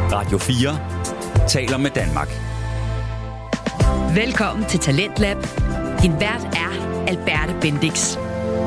Radio 4 taler med Danmark. Velkommen til Talentlab. Din vært er Alberte Bendix.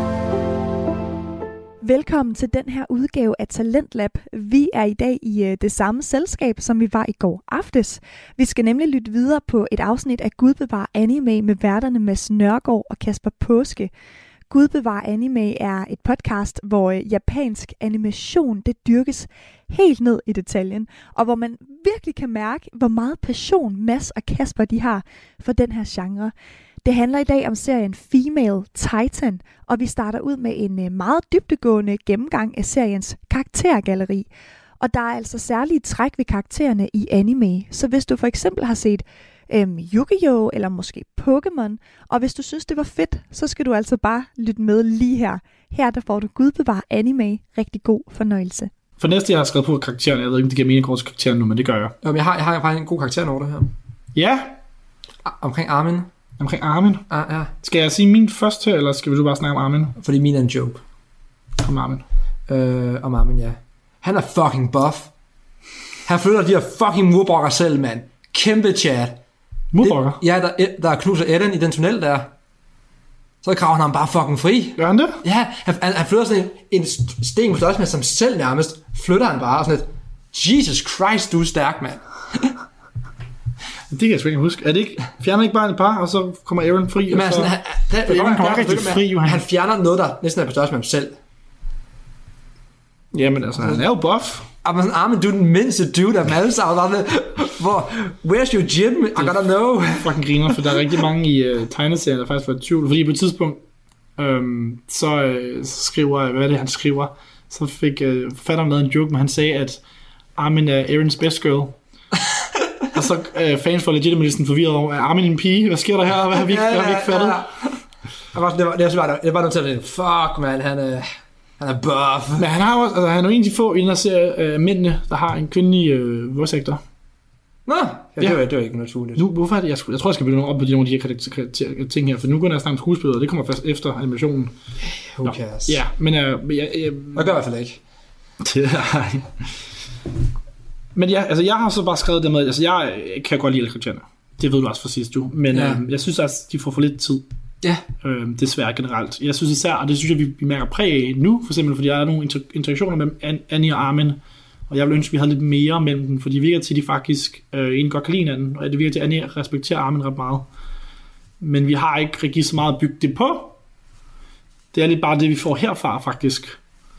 Velkommen til den her udgave af Talentlab. Vi er i dag i det samme selskab, som vi var i går aftes. Vi skal nemlig lytte videre på et afsnit af Gud bevar anime med værterne Mads Nørgaard og Kasper Påske. Gud bevar anime er et podcast, hvor japansk animation det dyrkes helt ned i detaljen, og hvor man virkelig kan mærke, hvor meget passion Mads og Kasper de har for den her genre. Det handler i dag om serien Female Titan, og vi starter ud med en meget dybdegående gennemgang af seriens karaktergalleri. Og der er altså særlige træk ved karaktererne i anime, så hvis du for eksempel har set Yu-Gi-Oh! Eller måske Pokémon, og hvis du synes, det var fedt, så skal du altså bare lytte med lige her. Her der får du Gud bevar anime. Rigtig god fornøjelse. For næste, jeg har skrevet på karakteren. Jeg ved ikke, om det giver mening at karakteren nu, men det gør jeg. Jeg har faktisk en god karakternote her. Ja. Omkring Armin. Omkring Armin? Ja. Skal jeg sige min først her, eller skal vi bare snakke om Armin? Fordi min er en joke. Om Armin. Om Armin, ja. Han er fucking buff. Han flytter de her fucking murbrokker selv, mand. Kæmpe chat. Murbrokker? Ja, der knuser Eden i den tunnel der. Så kraver han ham bare fucking fri. Gør han det? Ja, han flytter sådan en sten på størrelse med som selv nærmest. Flytter han bare sådan et. Jesus Christ, du er stærk, mand. Det kan jeg sgu ikke huske. Er det ikke? Fjerner ikke bare et par, og så kommer Eren fri? Men altså, han fjerner noget, der næsten er på størrelse med ham selv. Jamen altså, han er jo buff. Men sådan, Armin, du er den mindste dude af dem alle sammen. Where's your gym? I gotta know. Fucking griner, for der er rigtig mange i tegneserien, der faktisk var i tvivl. Fordi på et tidspunkt, så skriver, hvad er det han skriver? Så fik forfatteren lavet en joke, men han sagde, at Armin er Erens best girl. Og så fans for legitimately sådan forvirret over, er Armin en pige? Hvad sker der her? Hvad har vi ikke fattet? Det var noget til at fuck, man, han er buff. Men han har også, altså han er jo en af de få i den her serie mændene, der har en kvindelig voice actor. Nå, det var ikke naturligt. Nu, hvorfor er det? Jeg tror, jeg skal begynde op på nogle af de her ting her, for nu går jeg snakke om skuespillet, og det kommer først efter animationen. Who cares? Ja, men jeg gør i hvert fald ikke. Men ja, altså jeg har så bare skrevet det med, altså jeg kan godt lide alle karaktererne. Det ved du også fra sidst jo. Men jeg synes også, de får for lidt tid. Ja. Desværre generelt. Jeg synes især, og det synes jeg, vi mærker præg af nu, for eksempel fordi der er nogle interaktioner mellem Annie og Armin, og jeg ville ønske, at vi havde lidt mere mellem dem, fordi det virker til, at de faktisk egentlig godt kan lide hinanden, og det virker til, at Annie respekterer Armin ret meget. Men vi har ikke rigtig så meget at bygge det på. Det er lidt bare det, vi får herfra, faktisk.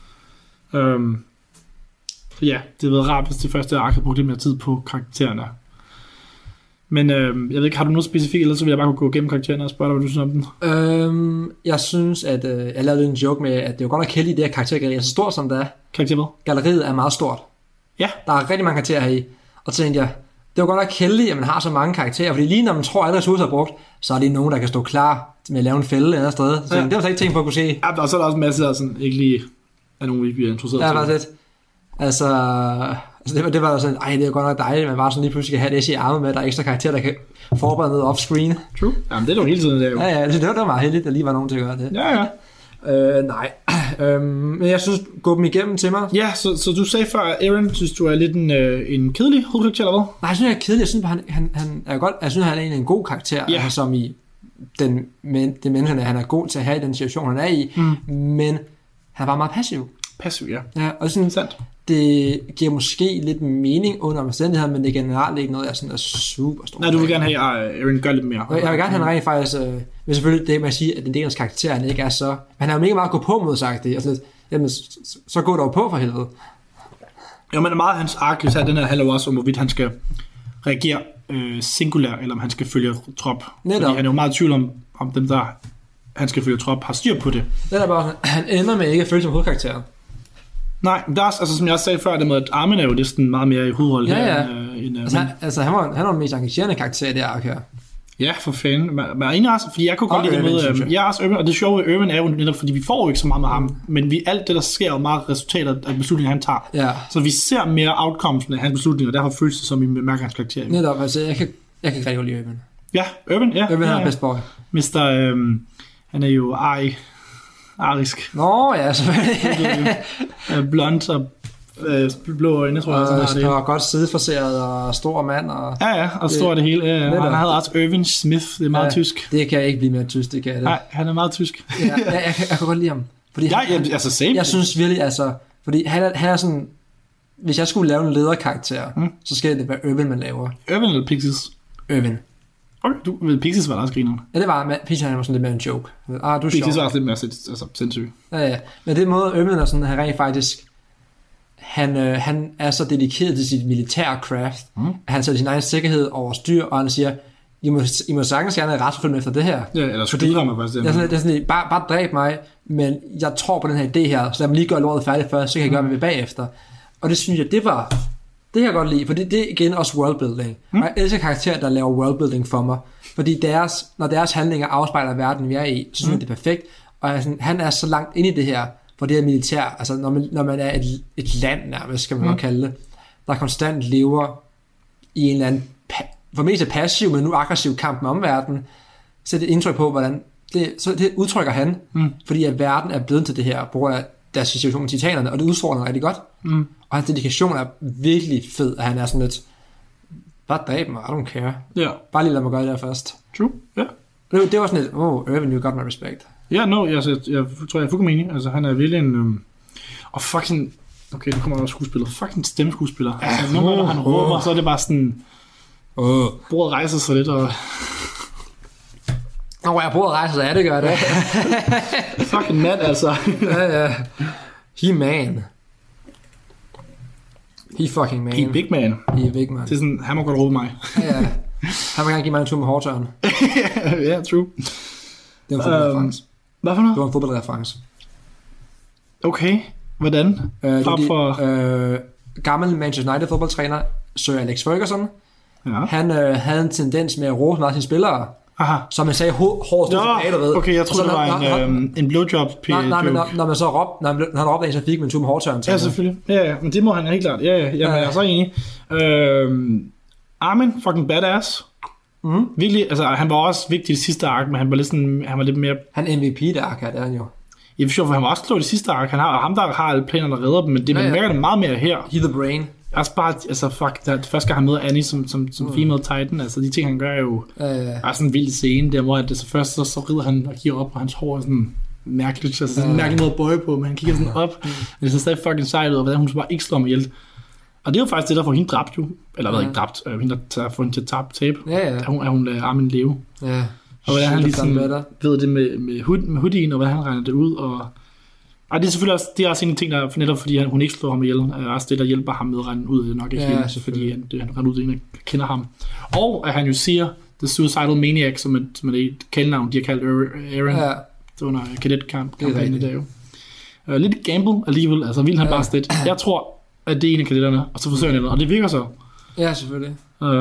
Ja, det har været rart, hvis det første ark havde brugt lidt mere tid på karaktererne. Men jeg ved ikke, har du noget specifikt, eller så vil jeg bare kunne gå igennem karaktererne og spørge dig, hvad du synes om den? Jeg synes, at jeg lavede en joke med, at det er jo godt nok heldigt, det her karaktergalleri er så stort, som det er. Karakter hvad? Galleriet er meget stort. Ja. Der er rigtig mange karakterer her i. Og så tænkte jeg, det var godt nok heldigt, at man har så mange karakterer, fordi lige når man tror, at alle ressourcer er brugt, så er det nogen, der kan stå klar med at lave en fælde et andet sted. Så det var så ikke tænkt på at kunne se. Ja, og så er der også masser af sådan, ikke lige af nogen, vi bliver introduceret til. Ja, faktisk lidt. Altså det var sådan, det er godt nok dejligt, man bare sådan lige pludselig kan have det i armen med, at der er ekstra karakterer, der kan forberede noget off-screen. True. Jamen det er jo hele tiden, det er jo. Ja, det var meget heldigt, at der lige var nogen til at gøre det. Ja. Men jeg synes, gå dem igennem til mig. Ja, så du sagde før, at Eren, synes du er lidt en kedelig hovedkarakter, eller hvad? Nej, jeg synes, han er kedelig. Jeg synes, han er godt. Jeg synes, han er en god karakter, som i det menneske, han er god til at have i den situation, han er i. Men han var meget passiv. Passiv, ja. Ja, og sådan sandt. Det giver måske lidt mening under omstændigheder, men det er generelt ikke noget, jeg sådan er super stor. Nej, du vil gerne have, at Eren gør lidt mere. Jeg vil gerne have, han rent faktisk, men selvfølgelig det med at sige, at den del af hans karakter, han ikke er så. Han er jo mega meget at gå på mod sagt det. Altså, jamen, så går der jo på for helvede. Jo, men meget hans ark, så den her handler også om, hvorvidt han skal reagere singulær, eller om han skal følge trop. Netop. Fordi han er jo meget i tvivl om dem, der han skal følge trop, har styr på det. Det er bare, han ender med ikke at følge som hovedkarakteren. Nej, men der er også, altså som jeg sagde før, det med, at Armin er jo næsten meget mere i hovedrollen her. Han var den mest engagerende karakter i det ark her. Ja, for fanden. Men egentlig også, fordi jeg kunne godt lide det med, jeg er også Irvin, og det sjove ved Irvin er jo netop, fordi vi får jo ikke så meget med ham, men alt det, der sker, er jo meget resultater af beslutninger, han tager. Ja. Så vi ser mere outcomes med hans beslutninger, og derfor føles det som, vi mærker hans karakter. Netop, altså jeg kan rigtig godt lide Irvin. Ja, Irvin, ja. Irvin er best boy. Mr. Han er jo arisk. Nå, ja, selvfølgelig. Blond og blå øjne, tror jeg. Og det var godt sideforseret og stor mand. Og ja, og stor det hele. Ja. Han havde også Irving Smith, det er meget tysk. Det kan jeg ikke blive mere tysk, det kan jeg det. Nej, han er meget tysk. Jeg kan godt lide ham. Fordi jeg synes virkelig, altså, fordi han er sådan, hvis jeg skulle lave en lederkarakter, så skal det være Irving, man laver. Irving eller Pixies? Irving. Okay, Pixies var der også grineren. Ja, det var, Pixies var sådan lidt mere en joke. Du er Pixies var også lidt mere sindssyg. Ja, men det måde Irving er sådan, han rent faktisk, han er så dedikeret til sit militære craft, at han sætter sin egen sikkerhed over styr, og han siger, I må sagtens gerne retsforfølge efter det her. Ja, eller skyde mig faktisk. Det er sådan, bare dræb mig, men jeg tror på den her idé her, så lad mig lige gøre lortet færdigt først, så kan jeg gøre det bagefter. Og det synes jeg, det kan jeg godt lide, for det er igen også worldbuilding. Og jeg elsker karakterer, der laver worldbuilding for mig, fordi når deres handlinger afspejler verden, vi er i, så synes jeg, det er perfekt. Og han er så langt inde i det her, for det her militær, altså når man er et land nærmest, skal man godt kalde det, der konstant lever i en eller anden, for mest passiv, men nu aggressiv kamp med omverdenen, så det indtryk på, hvordan det udtrykker han, fordi at verden er blevet til det her, på grund af deres situation med titanerne, og det udfordrer rigtig godt. Og hans dedikation er virkelig fed, at han er sådan lidt, bare dræb mig, I don't care. Bare lige lad mig gøre det der først. True, ja. Det var sådan lidt, Irving, you got my respect. Ja, jeg tror, jeg er fuldkommen enig. Altså, han er virkelig en... og fucking... Okay, nu kommer der også skuespiller. Fucking stemmeskuespiller. Altså, nogle gange, når han råber, så er det bare sådan... Bordet rejser sig lidt, og... Jeg bordet rejser sig, ja, det gør det. Fucking mand, altså. Ja. He man. He fucking man. He big man. He big man. Det er sådan, han må godt råbe mig. Ja. Han må gerne give mig en tur med hårdtørn. Ja, true. Det var en fodboldreference. Hvad for noget? Det var en fodboldreference. Okay, hvordan? Gammel Manchester United fodboldtræner Sir Alex Ferguson, han havde en tendens med at råbe meget sine spillere. Aha. Som man sagde hårdt tilbage, du ved. Okay, jeg troede, det var en blowjob. Nej, men når man så råbte, når han råbte en, så fik man en tur med hårdtørn. Ja, selvfølgelig. Ja, men det må han helt klart. Ja, jeg er så enig. Armin, fucking badass. Virkelig, altså han var også vigtig i det sidste ark, men han var lidt mere... Han MVP det ark her, det er han jo. Jeg for han var også klog i det sidste ark. Han har ham, der har alle planer, der redder dem, men man mærker det meget mere her. He the brain. Altså bare, det første gang han møder Annie som female titan, altså de ting han gør er jo er sådan en vild scene, der hvor at så først så rider han og kigger op, og hans hår er sådan mærkeligt, altså sådan en mærkelig måde at bøje på, men han kigger sådan op, men det er stadig fucking sejt ud, og hvordan hun så bare ikke slår mig ihjel. Og det er jo faktisk det, der får hende dræbt jo, eller ikke dræbt, hende der får hende til at tabe, at hun lader Armin leve. Ja. Og hvordan han ligesom ved det med hoodien, og hvordan han regner det ud, og det er selvfølgelig også, det er også en ting, der netop fordi hun ikke slår ham ihjel, er også det, der hjælper ham med at rende ud, det er nok ikke helt, fordi han render ud, en kender ham. Og at han jo siger, The Suicidal Maniac, som er et kaldnavn, de har kaldt Aaron, det under kadetkampagnen i dag jo. Lidt gamble alligevel, altså vil han bare slet. Jeg tror, at det er en af kadetterne, og så forsøger han det, og det virker så. Ja, selvfølgelig.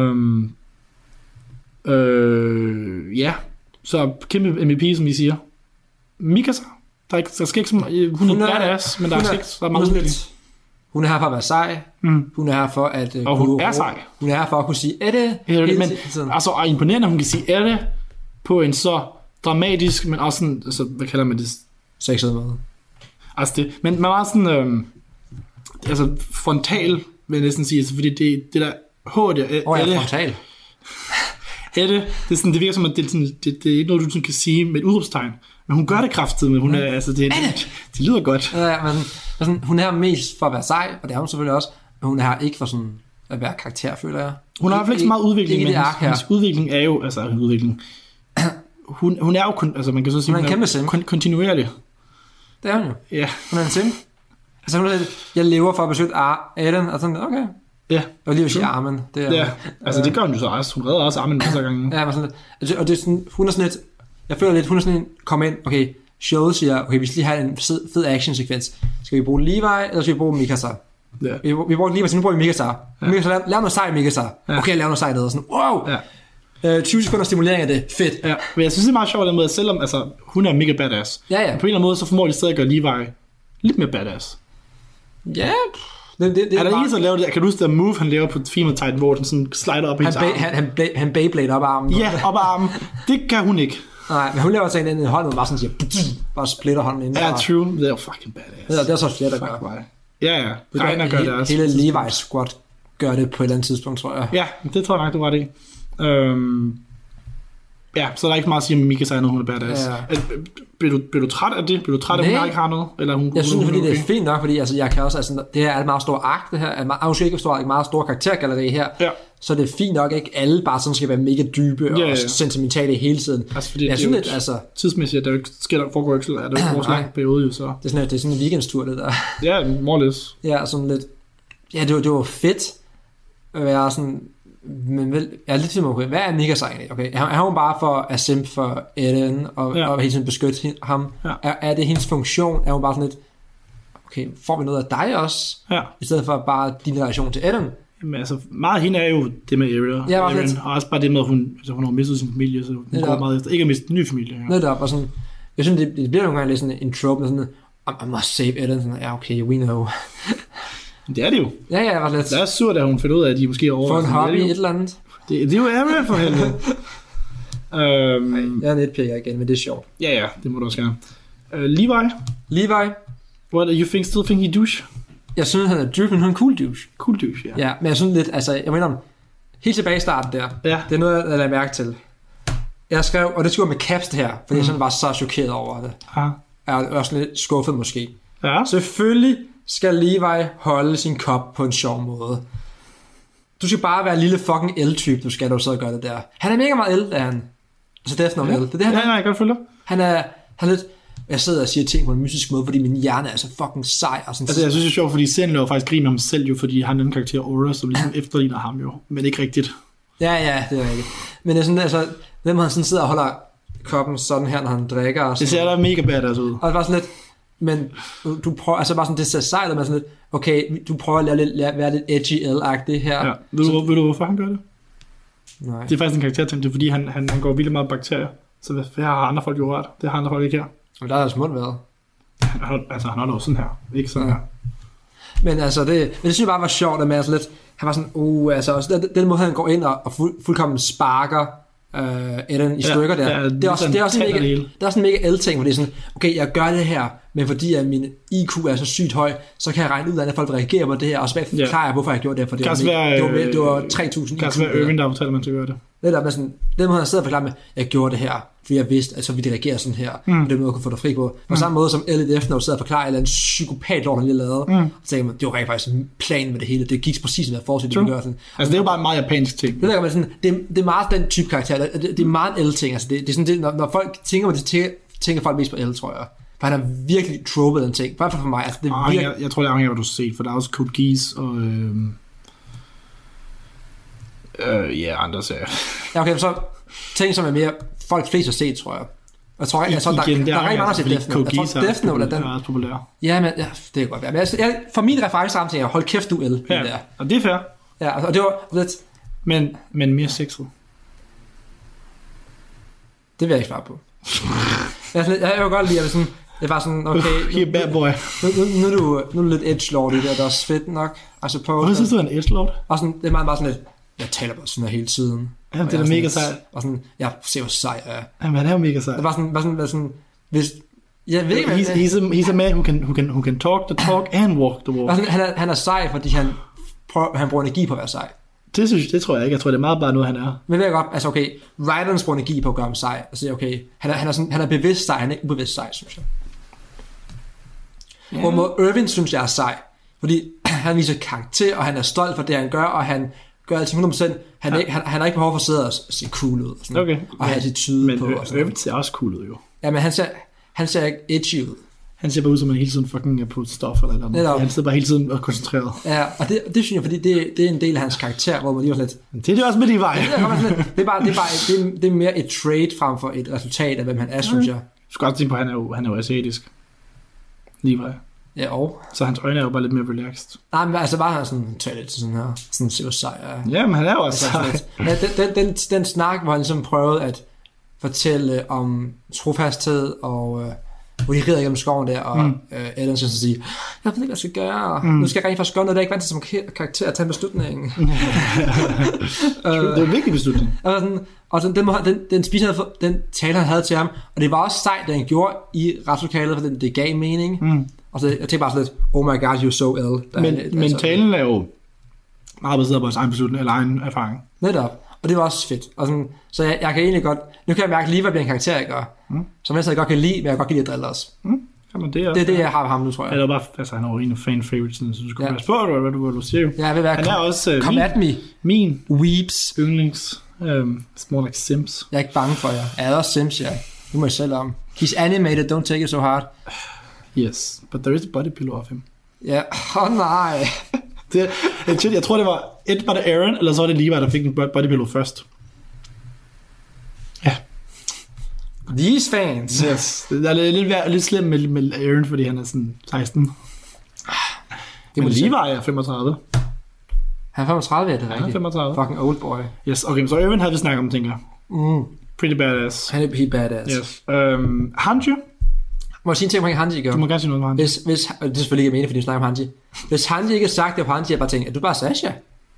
Ja, så kæmpe MVP, som I siger. Mikasa. Der skal ikke så meget, hun er badass, men der er meget udvikling. Hun er her for at være sej. Hun er her for at og hun er sej. Hun er her for at kunne sige det. Men altså er imponerende, at hun kan sige det på en så dramatisk, men også sådan, altså, hvad kalder man det? Sexet måde. Altså det, men man var sådan altså frontal, vil jeg næsten sige, altså, fordi det der hurtigt. Frontal. Det er sådan, det virker som at det er ikke noget du sådan kan sige med et udråbstegn. Men hun gør det kraftigt, men hun er altså det lyder godt. Ja, men altså, hun er mest for at være sej, og det er hun selvfølgelig også. Men hun er her ikke for sådan at være karakter, føler jeg. Hun har i hvert fald ikke så meget udvikling, men hendes udvikling er jo altså en udvikling. Hun er jo altså man kan så sige hun er en kæmpe sim. Kontinuerlig. Det er hun jo. Ja. Hun er en sim. Altså hun er, jeg lever for at beskytte Aiden, og sådan okay. Ja. Og lige at sige Armin. Det er, altså det gør hun jo så også. Hun redder også Armin masser af gange. Ja, men sådan lidt. Og det er sådan, hun er sådan lidt, jeg føler lidt, hun er sådan en, kom ind, okay, showet siger, okay, vi skal lige have en fed action-sekvens. Skal vi bruge Levi, eller skal vi bruge Mikasa? Ja. Vi bruger Levi, så nu bruger vi Mikasa. Mikasa, lav noget sej, Mikasa. Okay, lav noget sej ned. Sådan, wow! Ja. 20 sekunder stimulering af det. Fedt. Ja, men jeg synes, det er meget sjovt den måde, at selvom altså, hun er mega badass. Ja. På en eller anden måde, så formår de stadig at gøre Levi lidt mere badass. Ja, det er der ikke så lavet det? Kan du huske der move, han laver på Female Titan, hvor den sådan slider op i hendes arm? Han Beyblade op armen. Ja, op armen. Det kan hun ikke. Nej, men hun laver sådan en hånd, og bare sådan siger, bare splitter hånden ind. Ja, true. Det er jo fucking badass. Det er så fedt at gøre. Ja. Reiner gør det også. Hele Levi's squad gør det på et eller andet tidspunkt, tror jeg. Ja, det tror jeg nok, du var det. Ja, så er der ikke meget at sige, om Mikasa er noget, hun er badass. Ja. Bliver du træt af det? Bliver du træt af, at hun ikke har noget? Eller hun, jeg synes, fordi det er fint nok, fordi altså, jeg kan også, altså, det her er et meget stort ark, det her er måske ikke et meget stort karaktergalleri her, så det er fint nok, ikke alle bare sådan skal være mega dybe og sentimentale hele tiden. Altså, fordi jeg synes lidt, altså... Tidsmæssigt, at der foregår ikke, er det vores lang periode jo, så... Det er sådan en weekendstur, det der. Ja, more or less. Ja, sådan lidt... Ja, det var fedt at være sådan... Men vel, jeg er lidt tvivl med, hvad er Mikasa egentlig? Okay, er hun bare for at simp for Eren og hele tiden beskytte ham? Ja. Er det hendes funktion? Er hun bare sådan lidt, okay, får vi noget af dig også? Ja. I stedet for bare din relation til Eren? Jamen altså, meget af hende er jo det med Eren, og også bare det med, at hun har mistet sin familie, så hun går meget efter ikke at miste en ny familie. Ja. Netop, og sådan, jeg synes, det bliver nogle gange lidt sådan en trope med sådan, I must save Eren, sådan, ja okay, we know. Det er det jo. Ja, jeg var lidt. Det er surt, at hun finder ud af, at de måske er over. For en hobby, et eller andet. Det er jo Eren for helvede. Jeg er netpikker igen, men det er sjovt. Ja, det må du også gerne. Levi? What do you still think he douche? Jeg synes, han er douche, men han er en cool douche. Cool douche, ja. Ja, men jeg synes lidt, altså, jeg mener om, helt tilbage i starten der, det er noget, jeg lader mærke til. Jeg skrev, og det skulle med caps det her, fordi jeg sådan var så chokeret over det. Jeg er også lidt skuffet måske. Ja. Selvfølgelig skal Levi holde sin kop på en sjov måde. Du skal bare være en lille fucking L-type, du skal sidde og gøre det der. Han er mega meget L, er han. Altså Death Note L. Det er det, han jeg kan følge. Han er lidt... Jeg sidder og siger ting på en mystisk måde, fordi min hjerne er så fucking sej. Og sådan altså, jeg synes det er sjovt, fordi serien laver faktisk grin med ham selv jo, fordi han er en karakter Aura, som ligesom efterligner ham jo. Men ikke rigtigt. Ja, det er rigtigt. Men det er sådan, altså... Hvem han sådan sidder og holder koppen sådan her, når han drikker og sådan. Det ser da mega badass ud. Og det var sådan lidt... Men du prøver, altså bare sådan, det ser sejt, og sådan lidt, okay, du prøver at være lidt edgy L-agtig her. Ja. Ved du hvorfor han gør det? Nej. Det er faktisk en karakterting, det er fordi han går vildt meget bakterier. Så hvad har andre folk jo ret? Det har andre folk ikke her. Og der er altså mundt været. Altså han har noget sådan her, ikke sådan her. Men altså, det synes jeg bare var sjovt, at man altså lidt, han var sådan, altså også den måde, han går ind og fuldkommen sparker Eren i stykker der. Det er også en mega L-ting, hvor det er sådan, okay, jeg gør det her, men fordi at min IQ er så sygt høj, så kan jeg regne ud af, at folk reagerer på det her, og så forklarer jeg, hvorfor jeg gjorde det, for det var 3.000 IQ. Kan også være Irvin, der fortæller, man til at gøre det. Det der med sådan, den måde, han sidder og forklarer med, jeg gjorde det her, fordi jeg vidste, at så ville det reagere sådan her, og det måde, jeg kunne få dig fri på. På samme måde som L.I.F. når du sidder og forklarer, eller en psykopat lort, han lige lavede, og så tænker man, det var rent faktisk en plan med det hele, det gik præcis, hvad jeg forestillede, det gøre sådan. Altså det er jo bare en meget japansk ting. Det der med sådan, det er meget den type karakter, det er meget en L-ting, altså det er sådan, når folk tænker på det, tænker folk mest på L, tror jeg. For han har virkelig tropet den ting, i hvert fald for mig. Altså, det jeg tror, det er afhængig af, hvad du har set, for der er også Code Geass og andre serier. Ja, okay, så ting, som er mere folk flest har set, tror jeg. Jeg tror, der er rigtig mange, der har set Death Note. Jeg tror, Death Note er også populær. Ja, men det er godt være. Men for min reference sammen til jer, hold kæft, du L. Ja, og det er fair. Ja, og det var lidt... Men mere sexet. Det vil jeg ikke svare på. Jeg vil godt lide, at sådan... Det var sådan, okay... bad boy. Nu er du lidt edgelord i det, og det er også fedt nok. Altså på... Hvad synes du er en edgelord? Og sådan, det er meget bare sådan lidt... Jeg taler bare sådan her hele tiden. Ja, det er mega sejt. Og sådan, jeg ser hvor sej jeg er. Jamen, han er jo mega sej. Det var sådan, hvis... Jeg ved ikke, he's a man who can talk the talk and walk the walk. Han er sej, fordi han bruger energi på at være sej. Det tror jeg ikke. Jeg tror, det er meget bare noget, han er. Men ved jeg godt, altså okay, writeren bruger energi på at gøre ham sej. Altså okay, han er bevidst sej, han er ikke ubevidst sej, synes jeg. Yeah. Hvor Irvin synes jeg er sej, fordi han viser karakter, og han er stolt for det, han gør, og han gør alting 100%. Han har ikke behov for at sidde og se cool ud. Og, sådan, okay. Og have attitude på. Men Irvin ser også cool ud, jo. Ja, men han ser ikke edgy ud. Han ser bare ud som, han hele tiden fucking er på stof eller noget. Han sidder bare hele tiden og koncentreret. Ja, og det synes jeg, fordi det er en del af hans karakter, hvor man lige var lidt... Det er det også med de veje. Det er mere et trait frem for et resultat af, hvem han er, synes jeg. Du skal også tænke på, at han er jo asiatisk. Levi. Ja, og? Så hans øjne er jo bare lidt mere relaxed. Nej, men altså bare han sådan tager lidt sådan her, sådan ser sej. Ja, men han er jo også sej. Ja, den snak, hvor han ligesom prøvede at fortælle om trofasthed, og hvor de rider igennem skoven der, og Ellen synes at sige, jeg ved ikke, hvad jeg skal gøre. Nu skal jeg rent faktisk gøre noget, der ikke vant til som karakter at tage en beslutning. Det er en vigtig beslutning. Og den tale, han havde til ham, og det var også sejt, det han gjorde i retslokalet, for det gav mening. Og så jeg tænker bare sådan lidt, oh my god, you're so ill. Men talen er jo meget baseret på vores egen beslutning, eller egen erfaring. Netop. Og det var også fedt. Og sådan, så jeg kan egentlig godt... Nu kan jeg mærke lige, hvad bliver en karakter, jeg gør. Som jeg godt kan lide, men jeg godt kan lide at drille os. Jamen, det er det, jeg har ved ham nu, tror jeg. Eller bare, altså han er jo en af fan-favorites, så du skal passe på, hvad du siger. Ja, jeg vil være... Han er også come at me. Min weeps. Yndlings. It's more like Sims. Jeg er ikke bange for jer. Jeg er også Sims, ja. Nu må jeg selv om. He's animated, don't take it so hard. Yes, but there is a body pillow of him. Ja, nej. Jeg tror, det var var det Aaron, eller så var det Levi, der fik en body pillow først. Ja. These fans. Yes. Det er lidt slemt med Aaron, fordi han er sådan 16. Men Levi er 35. Han er 35, er det rigtigt? Han er 35. Fucking old boy. Yes, okay, så Aaron havde vi snakket om, tænker jeg. Pretty badass. Han er pretty badass. Yes. Hanji? Må jeg sige en ting omkring Hanji, gør? Du må gerne sige noget om Hanji. Hvis, det er selvfølgelig ikke meningen, fordi du snakker om Hanji. Hvis Hanji ikke har sagt det på Hanji, jeg bare tænker, er du bare Sasha?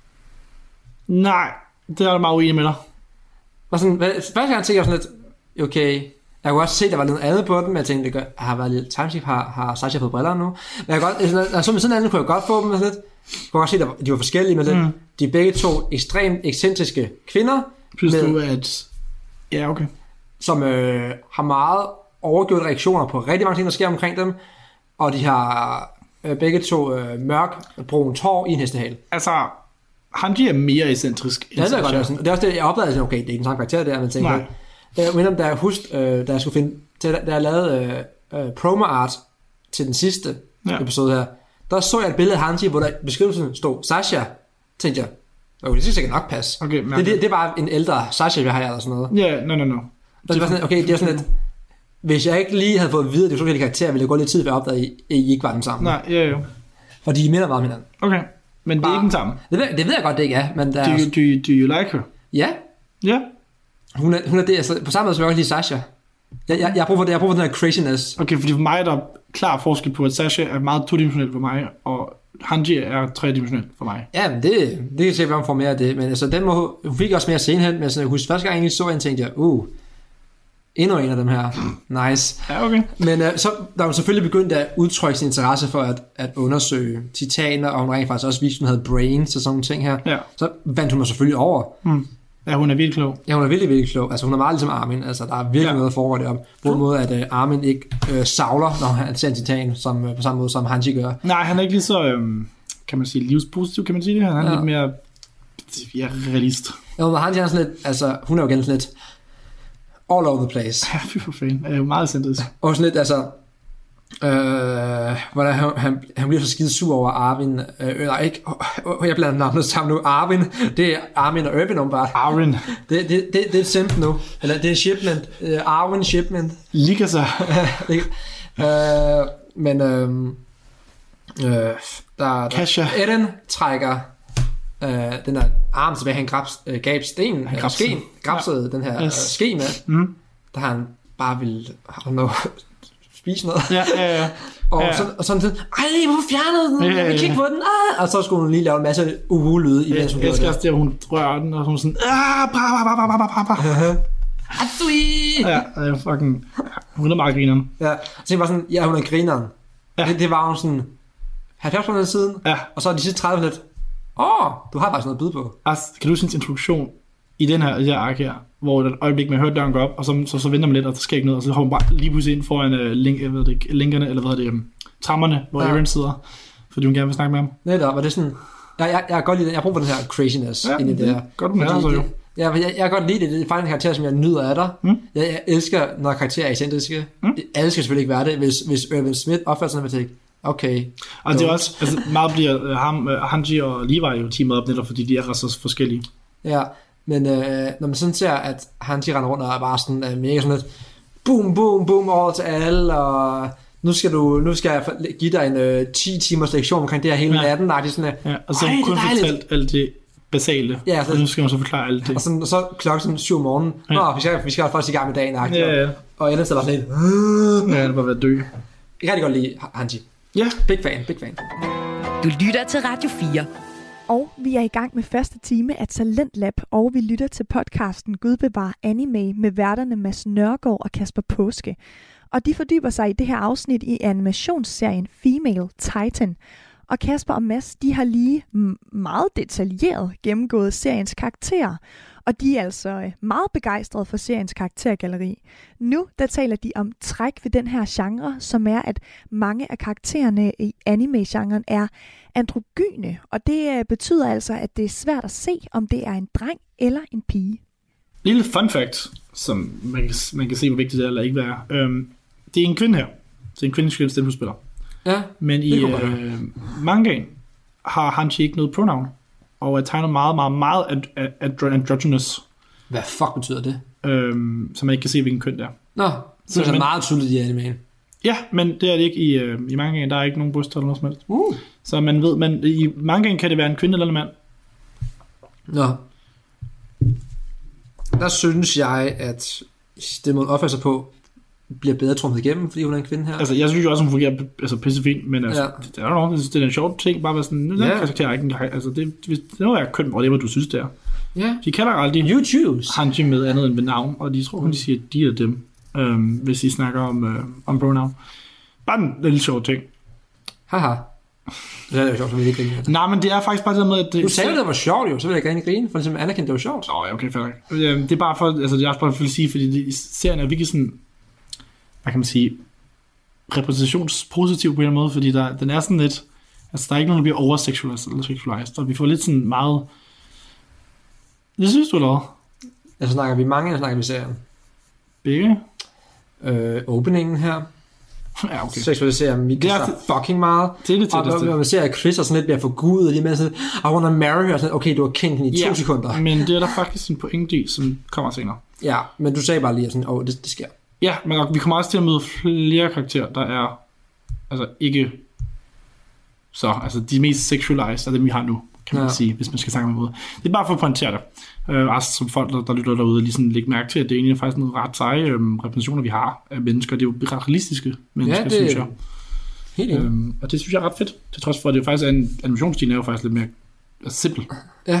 Nej, det er jeg meget uenig med dig. Og sådan, første gang tænker jeg sådan lidt, okay, jeg kunne også se, at der var noget andet på den, men jeg tænkte, det har været lidt timeskip, har Sasha fået briller nu? Men jeg kan godt, sådan andet kunne jeg godt få dem med sådan lidt. Jeg kunne godt se, at de var forskellige med lidt. De er begge to ekstremt ekscentriske kvinder. Synes du, at... Ja, okay. Som har meget overgjort reaktioner på rigtig mange ting, der sker omkring dem. Og de har begge to mørk, brun tår i en hestehale. Altså, Hanji er mere excentrisk end Sasha. Det er også det, jeg opdagede, okay, det er ikke en samme karakter der, men tænkte, da jeg skulle finde, da jeg lavede promo art til den sidste episode her, der så jeg et billede af Hanji, hvor der beskrivelsen stod Sasha. Tænkte jeg, okay, det synes jeg nok passe. Okay, det er bare en ældre Sasha, vi har her, eller sådan noget. Ja, no. Det var sådan, okay, det er sådan lidt, hvis jeg ikke lige havde fået at vide, at det var sådan en karakter, ville det gå lidt tid, før jeg opdagede, at I ikke var den samme. Nej, jo. Fordi I minder meget om hinanden. Okay, men det er ikke den samme. Det ved jeg godt, det ikke er. Men der do you like her? Ja. Ja. Hun er det, altså, på samme måde som jeg også lige Sasha. Jeg har brug for det, jeg har brug for den her craziness. Okay, fordi for mig er der klar forskel på, at Sasha er meget todimensionel for mig, og Hanji er tredimensionel for mig. Ja, men det kan se, hvad man får mere af det. Men altså, den må, hun fik også mere senhen, men jeg husker første gang, jeg egentlig så en, tænkte jeg, endnu en af dem her. Nice. Ja, okay. Men så der er hun selvfølgelig begyndt at udtrykke sin interesse for at undersøge titaner, og hun rent faktisk også viste, at hun havde brains og sådan nogle ting her. Ja. Så vandt hun mig selvfølgelig over. Ja, hun er virkelig klog. Ja, hun er virkelig, virkelig klog. Altså, hun er meget ligesom Armin. Altså, der er virkelig noget foregår derom. På en måde, at Armin ikke savler, når han ser en titan, på samme måde, som Hanji gør. Nej, han er ikke lige så, kan man sige, livspositiv, kan man sige det? Han er lidt mere realist. Ja, men Hanji er sådan lidt, altså, hun er jo igen sådan lidt all over the place. Ja, fy for fan. Er jo meget centrisk. Og sådan lidt, altså, hvordan han bliver så skide sur over Arvin. Jeg blander navnet sammen nu. Arvin, det er Armin og Irvin åbenbart. Arvin. Det er et simp nu. Eller det er Shipment. Arvin Shipment. Ligger sig. Men Kasha. Eren trækker den der arm tilbage, han gav sten, grabsede den her ske med, der han bare ville spise noget. Ja. Og sådan, hvorfor fjernede den? Jeg vil kigge på den. Og så skulle hun lige lave en masse uhulyde, imens hun gjorde det. Jeg elsker at hun rører den, og hun sådan, Ja, det er fucking, hun er meget grineren. Ja, så det var sådan, ja, hun er grineren. Ja. Det var hun sådan 70% siden, og så de sidste 30 lidt, du har faktisk noget at byde på. Altså, kan du synes introduktion i den her ark her, hvor der et øjeblik, man hører døren gå op, og så venter man lidt, og der sker ikke noget, og så har man bare lige pludselig ind foran linkerne, eller trammerne, hvor Eren sidder, fordi hun gerne vil snakke med ham. Netop, og det er sådan, jeg kan godt lide det, jeg har brug for den her craziness ind i det her. Godt du med så jo. Ja, jeg kan godt lide det, det er faktisk en karakter, som jeg nyder af dig. Jeg elsker, når karakterer er excentriske. Alle skal selvfølgelig ikke være det, hvis Irvin Smith opfører sådan, at jeg tænker, okay. Og det er også, altså meget bliver Hanji og Levi jo teamet op netop, fordi de er så forskellige. Ja, men når man sådan ser, at Hanji render rundt og er bare sådan mega sådan lidt, boom, boom, boom, over til alle, og nu skal jeg give dig en 10 timers lektion omkring det her hele natten, der er sådan, og så kun fortalt alt det basale, og nu skal man så forklare alt det. Og så klokken sådan 7 om morgenen, vi skal faktisk i gang med dagen, og ellers er der sådan lidt, det var ved at dø. Jeg kan rigtig godt lide Hanji. Ja. Big fan. Du lytter til Radio 4. Og vi er i gang med første time af Talentlab, og vi lytter til podcasten Gud bevarer anime med værterne Mads Nørgaard og Kasper Påske. og de fordyber sig i det her afsnit i animationsserien Female Titan. Og Kasper og Mads, de har lige meget detaljeret gennemgået seriens karakterer, og de er altså meget begejstrede for seriens karaktergalleri. Nu der taler de om træk ved den her genre, som er, at mange af karaktererne i anime-genren er androgyne, og det betyder altså, at det er svært at se, om det er en dreng eller en pige. Lille fun fact, som man kan se, hvor vigtigt det er eller ikke være. Det er en kvinde her. Det er en kvinde, stemmespiller. Ja, men i mangaen har Hanji ikke noget pronoun, og er tegnet meget androgynous. Hvad fuck betyder det? Så man ikke kan se, hvilken køn det er. Nå, så er det meget tydeligt i animen. Ja, men det er det ikke i mangaen. Der er ikke nogen bryster eller noget som helst. Så man ved, men i mangaen kan det være en kvinde eller en mand. Nå. Der synes jeg, at det må opføre sig på bliver bedre trummet igennem, fordi hun er en kvinde her. Altså, jeg synes jo også, hun fungerer pissefint, men altså, det er jo det er en sjov ting, bare være sådan, nu respekterer jeg ikke, altså, det må være køn, hvor det er, du synes, det er. Ja. De kalder aldrig YouTube Hanji med andet end ved navn, og de tror kun, de siger, at de er dem, hvis de snakker om pronoun. Bare en lille sjov ting. Haha. Det er jo sjovt, så vil jeg ikke grine. Nej, men det er faktisk bare det med, at du sagde, det var sjovt jo, så vil jeg gerne grine, for ligesom anerkendte, det var sjovt. Okay, fair. Det er bare for, altså det er også bare for at sige, fordi serien er virkelig sådan, hvad kan man sige, repræsentationspositiv på en måde, fordi den er sådan lidt, altså der er ikke nogen, der bliver oversexualized, og vi får lidt sådan meget, det synes du eller? Altså snakker vi mange, eller snakker vi serien? Begge? Openingen her. Ja, okay. Seksualiserer Mika fucking meget. Og man ser, at Chris sådan lidt bliver forgudet, og lige med sådan, I wanna marry her, sådan, okay, du har kendt hende i 2 sekunder. Men det er der faktisk en pointe i, som kommer senere. Ja, men du sagde bare lige sådan, det sker. Ja, men vi kommer også til at møde flere karakterer, der er altså ikke så, altså de mest sexualized af dem, vi har nu, kan man sige, hvis man skal snakke med måde. Det er bare for at pointere det. Også som folk, der lytter derude, lige sådan lægge mærke til, at det er egentlig faktisk nogle ret seje repræsentationer, vi har af mennesker. Det er jo ret realistiske mennesker, synes jeg. Helt og det synes jeg er ret fedt, til trods for, at det faktisk er en animationsstil, er jo faktisk lidt mere simpel. Ja.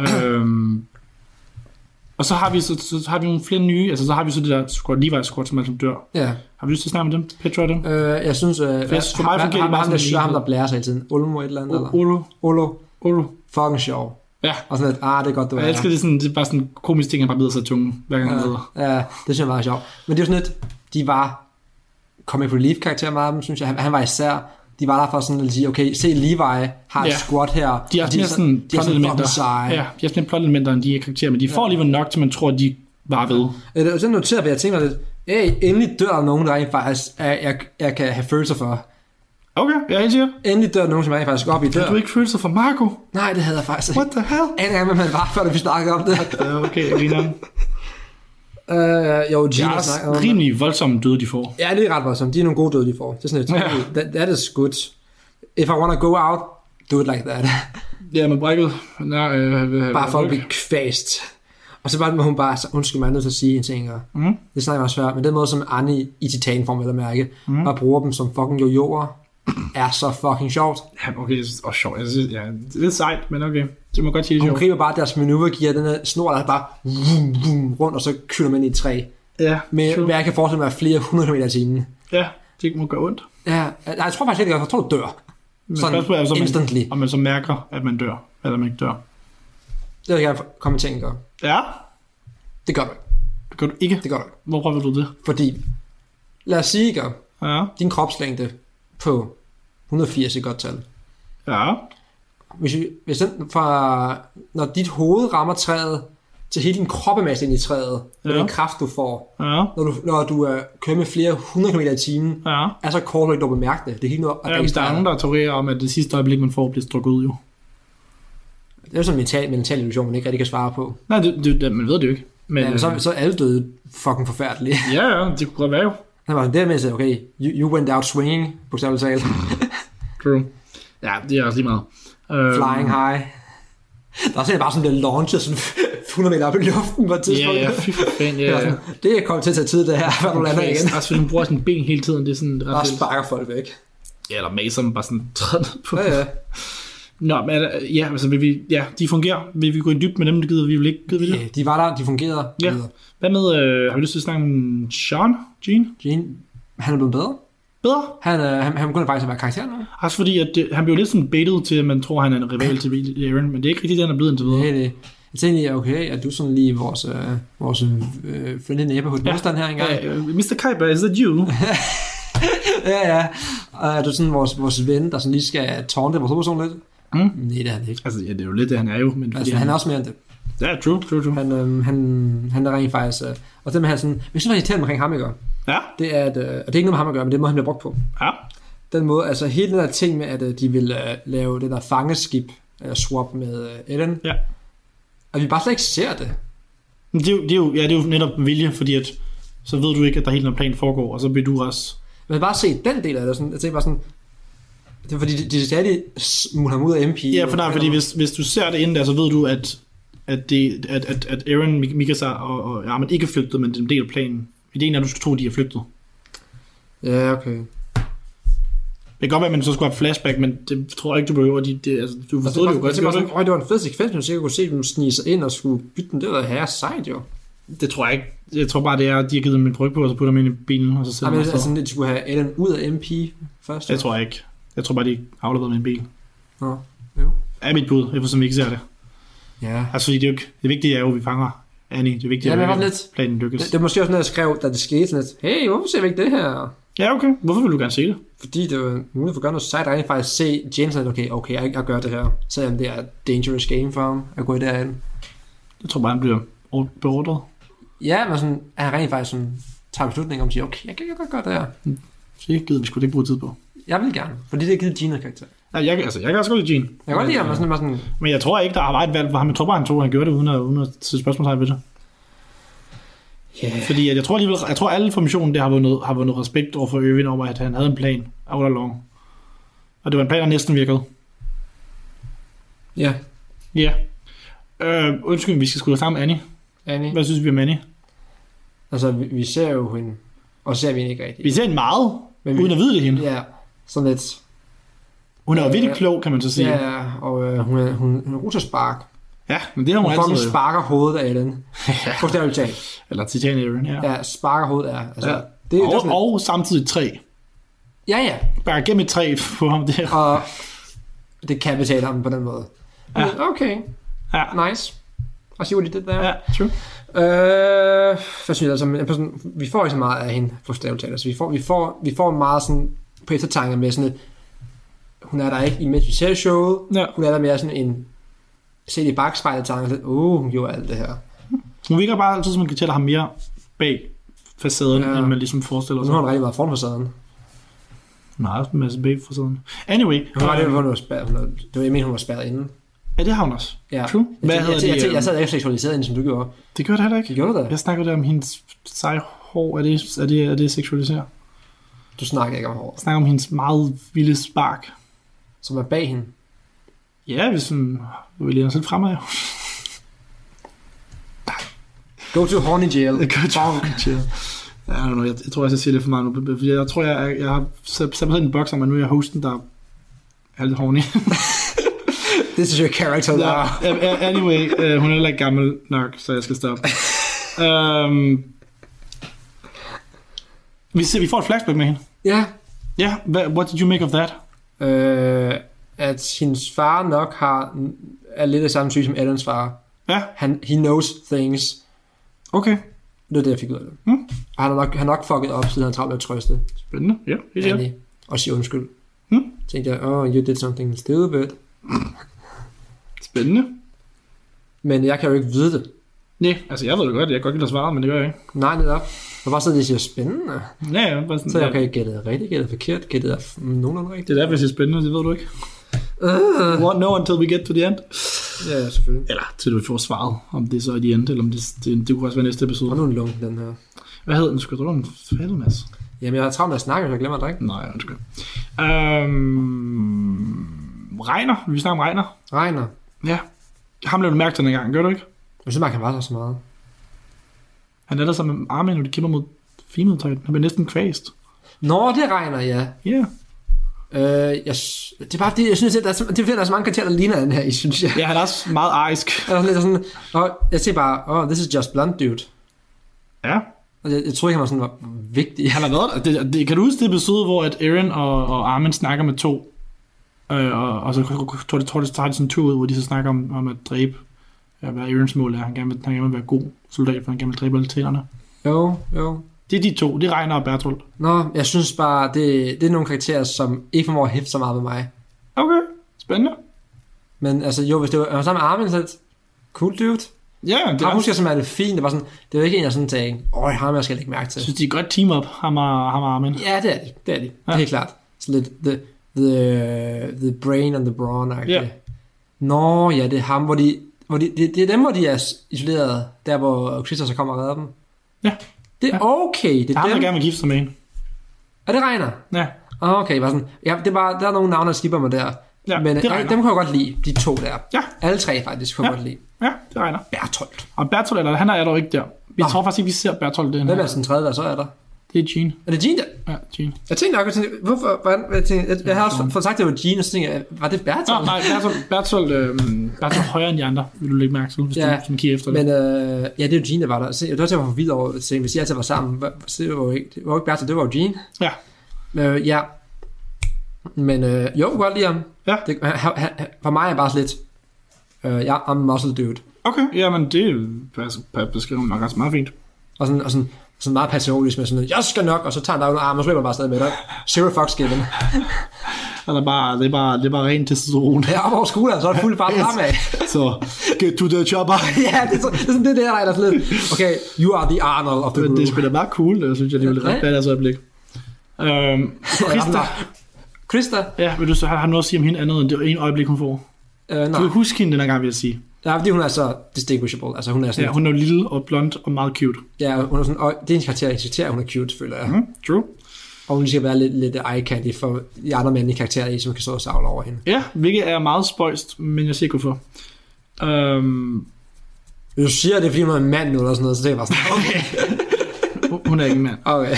Og så har vi nogle flere nye, altså så har vi så det der Levi's squad, som altid dør. Ja. Har vi lyst til at snakke med dem? Petra og dem? Jeg synes, for mig fungerer det bare sådan ham, der blærer sig hele tiden. Olmo et eller andet, eller? Olo. Fucking sjov. Ja. Og sådan lidt, det er godt, du er. Jeg elsker det, sådan, det er bare sådan en komisk ting, han bare bider sig i tungen, hver gang han leder. Ja, det synes jeg var sjovt. Men det er jo sådan lidt, de var comic relief karakter meget af dem, synes jeg. Han var især, de var der for sådan at sige, okay, se Levi har et squad her. De har sådan plot-elementer. Ja, de har sådan plot-elementer end de her karakterer, men de får alligevel nok, til man tror, at de var ved. Det er sådan noteret, at jeg tænker lidt, endelig dør der nogen, der faktisk jeg kan have følelser for. Okay, jeg er helt sikker. Endelig dør nogen, som jeg faktisk op i dør. Har du ikke følelser for Marco? Nej, det havde jeg faktisk ikke. What the hell? En gang med, man var, før vi snakkede om det. Okay, jeg griner. Jo, Gina snakker om rimelig voldsomme døde, de får. Ja, det er ret voldsomt. De er nogle gode døde, de får. Det er sådan et, that is good. If I wanna go out, do it like that. Ja, med brækket. Bare for at blive kvæst. Og så var hun bare, undskyld mig, nødt til at sige en ting. Det snakker jeg også før, men den måde, som Annie i Titanform, eller mærke, bare bruger dem som fucking jojoer, er så fucking sjovt. Ja, okay, og sjovt. Jeg synes, det er lidt sejt, men okay. Det må godt sige det sjovt. Hun griber bare deres manøvregear, den her snor, der bare rundt, og så køler man ind i et træ. Ja, med, hvad jeg kan forestille mig, flere 100 km i timen. Ja, det må gøre ondt. Ja, jeg tror faktisk ikke, jeg tror, du dør. Men sådan er, instantly. Om man så mærker, at man dør, eller man ikke dør. Det vil jeg komme til at gøre. Ja? Det gør du ikke. Det gør du ikke? Det gør du ikke. Hvorfor vil du det? Fordi, lad os sige, din kropslængde på 180 er et godt tal. Ja. Hvis den fra, når dit hoved rammer træet, til hele din kroppemasse ind i træet, med den kraft du får, når du kører med flere 100 km i timen, er så kort, at du bemærker det. Det er helt noget at der er nogen, der teorerer om, at det sidste øjeblik, man får, bliver strukket ud jo. Det er jo sådan en mental illusion, man ikke rigtig kan svare på. Nej, man ved det jo ikke. Men, så er alle døde fucking forfærdelige. Ja, det kunne godt være jo. Det er med at sige, okay, you went out swinging, bogstaveligt talt. True. Ja, det er også lige meget. Flying high. Der er sådan bare sådan, der launchet sådan 100 meter op i luften på et tidspunkt. Ja, fy for fan, ja. Det er kommet til at tage tid, det her, før du lander igen. Altså, fordi man bruger sådan en ben hele tiden, det er sådan... Bare sparker folk væk. Ja, eller maser bare sådan træder ned på. Ja. Nå, men ja, altså de fungerer. Vil vi gå i dybt med dem, det gider vi vel ikke? Ja, de var der, de fungerede. Ja. Hvad med, har vi lyst til at snakke om Jean? Han er blevet bedre. Bedre? Han begynder faktisk at være karakter nu. Også fordi, at han bliver lidt sådan baited til, at man tror, han er en rival til Aaron, men det er ikke rigtigt, det han er blevet indtil videre. Det. Jeg tænkte lige, okay, er du sådan lige vores friendly neighborhood modstand her engang? Mr. Kuiper, is that you? ja. Er du sådan vores ven, der sådan lige skal tårne vores hovedperson lidt? Nej, det er han ikke. Altså, ja, det er jo lidt det, han er jo. Men altså, han er også mere end det. Ja, true. Han er rent faktisk... og det med han sådan... Vi synes, der er irriterende omkring ham, ikke? Ja. Det er, og det er ikke noget med ham at gøre, men det er måde, han bliver brugt på. Ja. Den måde, altså hele den der ting med, at de vil lave det der fangeskib swap med Ellen. Ja. Og vi bare slet ikke ser det. Det er jo netop vilje, fordi at så ved du ikke, at der helt en plan foregår, og så bliver du også... Men bare se den del af det, sådan, jeg tænker bare sådan... Det er fordi, de stadig smutter ham ud af MP. Ja, fordi hvis du ser det inden der, så ved du, at Eren, Mikasa og Armin ikke er flygtet, men det er en del af planen. Ideen er, at du skal tro, at de er flygtet. Ja, okay. Det kan godt være, at man så skulle have flashback, men det tror jeg ikke, du behøver. Altså, du forstod det jo godt. Det var en fed sekvens, men så kunne se dem snige sig ind og skulle bytte den. Det var herre sejt jo. Det tror jeg ikke. Jeg tror bare, det er, at de har givet dem en bryg på, og så putter dem ind i bilen, og så sætter dem altså, de skulle have Ellen ud af MP først? Det tror jeg ikke. Jeg tror bare, de afleverede med en bil. Nå, jo. Er mit bud, eftersom vi ikke ser det. Ja. Altså, det er jo ikke, det vigtige er jo, at vi fanger Annie. Det vigtige er, at planen lykkes. Det er måske også noget, jeg skrev, da det skete sådan lidt. Hey, hvorfor ser vi ikke det her? Ja, okay. Hvorfor vil du gerne se det? Fordi det var muligt for at gøre noget sejt, og faktisk se Jameson, okay, jeg gør det her. Selvom det er et dangerous game for ham, at gå i derind. Jeg tror bare, han bliver beordret. Ja, men sådan, han rent faktisk sådan, tager beslutning om at sige, okay, jeg kan godt gøre det her. Så det gider vi sgu ikke bruge tid på. Jeg vil gerne, fordi det er givet Gene karakter. Ja, jeg kan også godt lide Gene. Jeg kan godt lide ham, sådan. Men jeg tror ikke, der har været et valg for ham. Jeg tror bare, han gjorde det uden at sætte spørgsmålstegn ved det. Yeah. Fordi jeg tror alle formationen der har vundet respekt over for Irvin over, at han havde en plan all along. Og det var en plan, der næsten virkede. Ja. Ja. Undskyld, vi skal skulle sammen med Annie. Hvad synes vi om Annie? Altså, vi ser jo hende, og ser vi hende ikke rigtigt. Vi ser hende meget, uden at vide det hende. Ja, sådan lidt. Hun er jo virkelig klog, kan man så sige. Ja, og hun er god til at sparke. Ja, men det har hun altid. Hun sparker hovedet af Ellen. Bogstaveligt talt. Eller Titan Eren, ja. Ja, sparker hovedet af. Altså, ja. Det er og samtidig 3. Ja. Bare gennem et 3 på ham der. Og det kan betale ham på den måde. Ja. Okay. Ja. Nice. Og se, hvad de did der. Ja, true. Hvad synes jeg, altså, vi får ikke så meget af hende på bogstaveligt. Altså, vi får meget sådan på eftertanke med sådan et, hun er der ikke, imens vi ser showet. Ja. Hun er der mere sådan en set i bagspejlet tanke, lidt, hun gjorde alt det her. Hun virker bare altid, som man kan tælle ham mere bag facaden, end man ligesom forestiller sig. Nu har hun rigtig meget foran facaden. Hun har også en masse bag facaden. Anyway. Det var jeg mener, hun var spærret inden. Ja, det har hun også. Ja. True. Jeg sad ikke seksualiseret hende, som du gjorde. Det gjorde det heller ikke. Det gjorde du da. Jeg snakkede om hendes seje hår. Er det seksualiseret? Du snakker ikke om hår. Jeg snakker om hendes meget vilde spark. Som er bag hende. Ja, hvis hun vil lide os lidt fremad. Go to horny jail. Go to horny jail. Jeg tror, jeg siger lidt for meget nu. Fordi jeg tror, jeg har sat mig en boks om, at nu er jeg hosten, der er lidt horny. This is your character now. Anyway, hun er heller ikke gammel nok, så jeg skal stoppe. Vi får et flashback med hende. Ja. Ja, what did you make of that? At hendes far nok er lidt af samme syge som Ellens far. Ja. He knows things. Okay. Det er det, jeg fik ud af det. Og han har nok fucket op, siden han travlt med at trøste. Spændende, ja. Og sige undskyld. Tænkte jeg, you did something stupid. Spændende. Men jeg kan jo ikke vide det. Nej, altså jeg ved det godt, jeg kan godt lide at svare, men det gør jeg ikke. Nej, det er op. Og bare sådan, det siger spændende. Ja, bare sådan. Så jeg kan gætte rigtigt, gætte forkert, gætte nogenlunde rigtigt. Det er derfor, jeg siger spændende, det ved du ikke. Won't know until we get to the end. Ja, selvfølgelig. Eller til du får svaret, om det så er the end, eller om det kunne også være næste episode. Og nu er den lung, den her. Hvad hedder den? Skal du have en fælde, Mads? Jamen, jeg har travlt med at snakke, så jeg glemmer det ikke. Nej, undskyld. Regner. Vi snakker om Regner. Regner. Ja. Ham blev du mærke til den gang, gør du ikke? Jeg synes, man kan være så meget. Han er der sammen med Armin, når de kæmper mod Female Titan. Han bliver næsten kvæst. Nå, det regner, ja. Ja. Yeah. Det er bare det, jeg synes, det er så mange karakterer, der ligner den her, synes jeg. Ja, han er også meget arisk. Jeg ser bare, this is just blunt, dude. Ja. Og jeg tror ikke, han var sådan vigtig. Han har været kan du huske det episode, hvor at Eren og Armin snakker med to, og så tror det tager de sådan to ud, hvor de så snakker om at dræbe, hvad Erens mål er. Han gerne vil være god soldat, for han gerne vil dræbe alle tælerne. Jo. Det er de to, det Reiner og Bertolt. Nå, jeg synes bare, det er nogle karakterer, som ikke formår at hæfte så meget med mig. Okay, spændende. Men altså, jo, hvis det var sammen med Armin, så er cool dude. Ja, det er husker som er det fint. Det var sådan, det var ikke en, jeg sådan tænkte, ham jeg skal lægge mærke til. Jeg synes, de er godt team up, ham og Armin. Ja, det er de. Det er helt klart. Så lidt the brain and the brawn. Ja. Nå, ja, det er ham, hvor de det er dem, hvor de er isoleret, der hvor Christos så kommer og redder dem. Ja. Det er okay. Det er ham, dem. der gerne vil gifte sig med en. Og det regner. Ja. Okay, bare sådan. Ja, det er bare, der er nogle navne, der skipper mig der. Ja, men dem kan jeg godt lide, de to der. Ja. Alle tre faktisk kan jeg godt lide. Ja, det regner. Bertolt. Og Bertolt, han er dog ikke der. Jeg tror faktisk ikke, vi ser Bertolt den her. Hvem er den tredje, der så er der? Det er Jean. Er det Jean der? Ja, Jean. Jeg tænkte nok, hvorfor? Jeg har også fået sagt, det var Jean, og så tænkte jeg, var det Bertolt? Nej, Bertolt højere end de andre, vil du lægge mærke til, hvis du kigger efter det. Men ja, det er jo Jean, der var der. Så det var til at være forvidt over, hvis de altid var sammen. Det var jo ikke Bertolt, det var jo Jean. Ja. Ja. Men jo, godt lide ham. Ja. For mig er bare sådan lidt, I'm muscle dude. Okay, jamen det beskriver man nok meget fint. Og sådan meget patriotisk med sådan noget, jeg skal nok, og så tager han der arm, og så løber han bare stadig med dig. Zero fucks given. Det er bare rent testosteron. Ja, op over skulderen, så er det fuld fart fremad. Så, get to the chopper. Ja, det er sådan det der er sådan lidt, okay, you are the Arnold of the group. Det er sgu da bare cool, det synes jeg, det er ret badass øjeblik. Krista? Ja, vil du så har noget at sige om hende andet, end det ene øjeblik, hun får? Nej. Du kan huske hende den her gang, vil jeg sige. Ja, fordi hun er så distinguishable. Altså, hun er sådan... Ja, hun er jo lille og blond og meget cute. Ja, hun er sådan, og det er en karakter, hun er cute, føler jeg. True. Og hun skal være lidt eye-candy for de andre mandlige karakterer, som kan stå og savle over hende. Ja, hvilket er meget spøjst, men jeg siger ikke hvorfor. Hvis du siger, det er fordi hun er en mand nu, eller sådan noget, så det er bare sådan, okay. Hun er ikke en mand. Okay.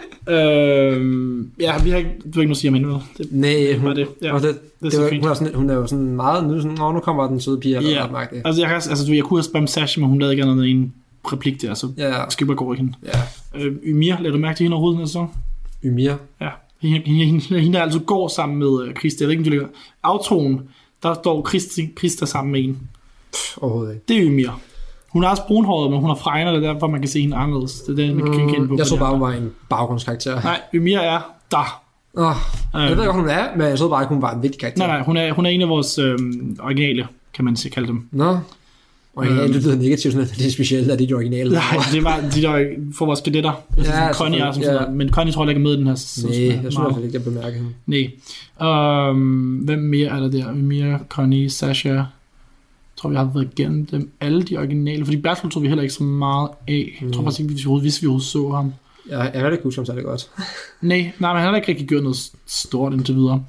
Ja, du har ikke noget at sige om hende, vel? Nej, hun, det. Ja, det er fint. Hun er jo sådan meget nu kommer den søde pige. Ja, altså jeg kunne have spammet Sasha, men hun lavede ikke andet end en replik der, så skal bare gå i hende. Ja. Ymir, lader du mærke til hende overhovedet den her sæson? Ymir? Ja, hende der altså går sammen med Christa. Jeg ved ikke, om du lægger. Outroen, der står Christa sammen med en. Overhovedet ikke. Det er Ymir. Hun er også brunhåret, men hun har fregner, det er derfor, man kan se hende anderledes. Det er det, man kan kende på. Jeg så bare, hun var en baggrundskarakter. Nej, Ymir er der. Jeg ved ikke, hun er, men jeg så bare, at hun var en vigtig karakter. Nej, hun er en af vores originale, kan man kalde dem. Nå. Originale, det lyder negativt, sådan, det er specielt, at det er de originale. Nej, det var de der for vores kadetter. Ja, Connie er som sådan, men Connie tror jeg ikke er med i den her sæson. Nej, jeg synes i hvert fald ikke, jeg bemærker hende. Nej. Hvem mere er der der? Ymir, Connie, Sasha. Jeg tror, vi har været igennem dem. Alle de originale. Fordi Bertolt tror vi heller ikke så meget af. Jeg tror faktisk ikke, hvis vi overhovedet så ham. Jeg har ikke huske ham særlig godt. Nej, men han har ikke rigtig gjort noget stort indtil videre.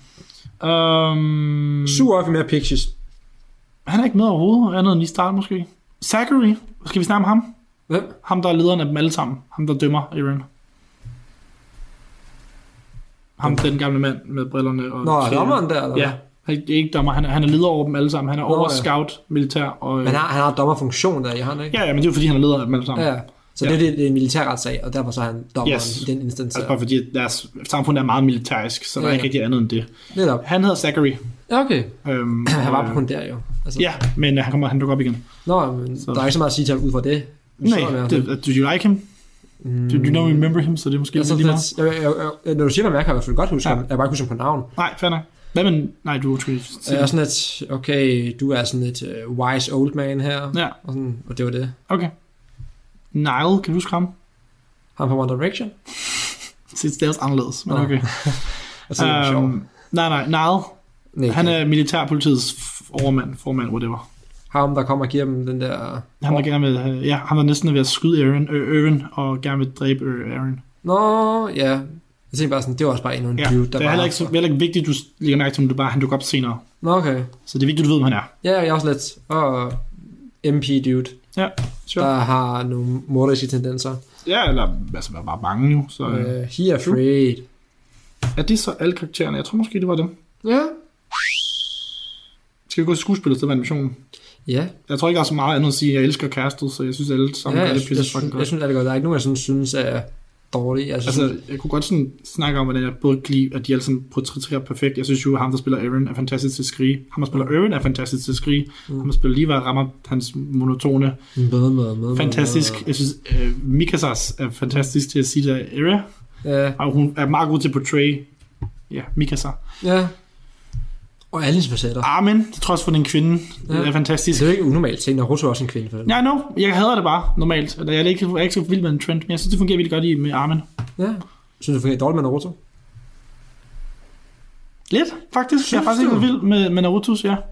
Sur mere Pixies. Han er ikke med overhovedet. Andet end i start måske. Zachary. Skal vi snakke om ham? Hvem? Ham, der er lederen af dem alle sammen. Ham, der dømmer Eren. Ham, den gamle mand med brillerne. Og nå, dommeren der, eller? Ja. Han er ikke dommer, han er leder over dem alle sammen. Han er over scout, militær. Og, men han har dommerfunktion der, han ikke? Ja, men det er jo fordi, han er leder af dem alle sammen. Ja. Så det er en militærretssag, og derfor så er han dommeren i den instans. Altså bare fordi deres samfund er meget militærisk, så der er ikke rigtig andet end det. Netop. Han hedder Zachary. Okay. Han var på kun der jo. Altså. Ja, men han dukker op igen. Nå, men så. Der er ikke så meget at sige til ham ud fra det. Nej, do you like him? Do you know remember him? Så det er måske lige meget. Når du siger, hvad jeg kan i hvert fald godt huske ham. Jeg bare ikke huske ham på navn. Nej, fair nok. Nej, du er sådan et, okay, du er sådan et wise old man her. Ja. Og det var det. Okay. Niall, kan du huske ham? Han på One Direction? Det er også anderledes, men okay. Nej, Niall. Han er militærpolitiets formand, whatever. Ham, der kommer og giver dem den der... Han der næsten ved at skyde Eren og gerne vil dræbe Eren. Nå, ja. Jeg tænker bare sådan, det var også bare endnu en dude, der det er heller ikke vigtigt, du lægger mærke til, han dukker op senere. Nå, okay. Så det er vigtigt, du ved, hvem han er. Ja, jeg er også lidt... MP dude. Ja, sure. Der har nogle morderiske tendenser. Ja, eller altså, der var bange nu. Så, he afraid. Er det så alle karaktererne? Jeg tror måske, det var dem. Ja. Skal vi gå til skuespillet til animationen? Ja. Jeg tror ikke, der er så meget andet at sige. Jeg elsker castet, så jeg synes alle sammen gør det pisse fucking godt. Jeg synes, at det godt. Der er ikke nogen, jeg synes er dårlig. Altså, jeg kunne godt sådan snakke om, hvordan jeg både kan lide, at de alle sammen portrætterer perfekt. Jeg synes jo, at ham, der spiller Aaron, er fantastisk til at skrige. Ham, der spiller Aaron, er fantastisk til at skrige. Ham, der spiller Levi, rammer hans monotone. Fantastisk. Jeg synes, Mikasas er fantastisk til at sige det af Area. Ja. Og hun er meget god til at portray Mikasa. Ja. Og alle facetter. Armin, til trods for den kvinde, er fantastisk. Det er jo ikke unormalt ting, når Russo er også en kvinde for det. Ja, no. Jeg hader det bare normalt. Jeg er ikke så vild med en trend, men jeg synes, det fungerer virkelig godt med Armin. Ja. Synes du, det fungerer dårligt med Naruto? Lidt, faktisk. Jeg er faktisk ikke vild med Narutos, ja.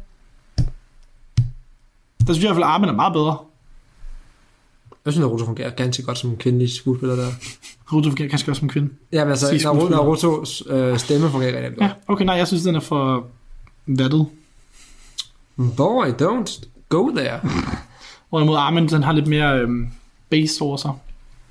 Der synes jeg i hvert fald, at Armin er meget bedre. Jeg synes, Naruto fungerer ganske godt som en kvindelig skuespiller der. Naruto fungerer ganske godt som en kvinde. Ja, men altså, Narutos stemme fungerer rigtig godt. Ja, okay, nej, jeg synes, den er for vattet. Boy, don't go there. Hvorimod Armin, den har lidt mere base over sig.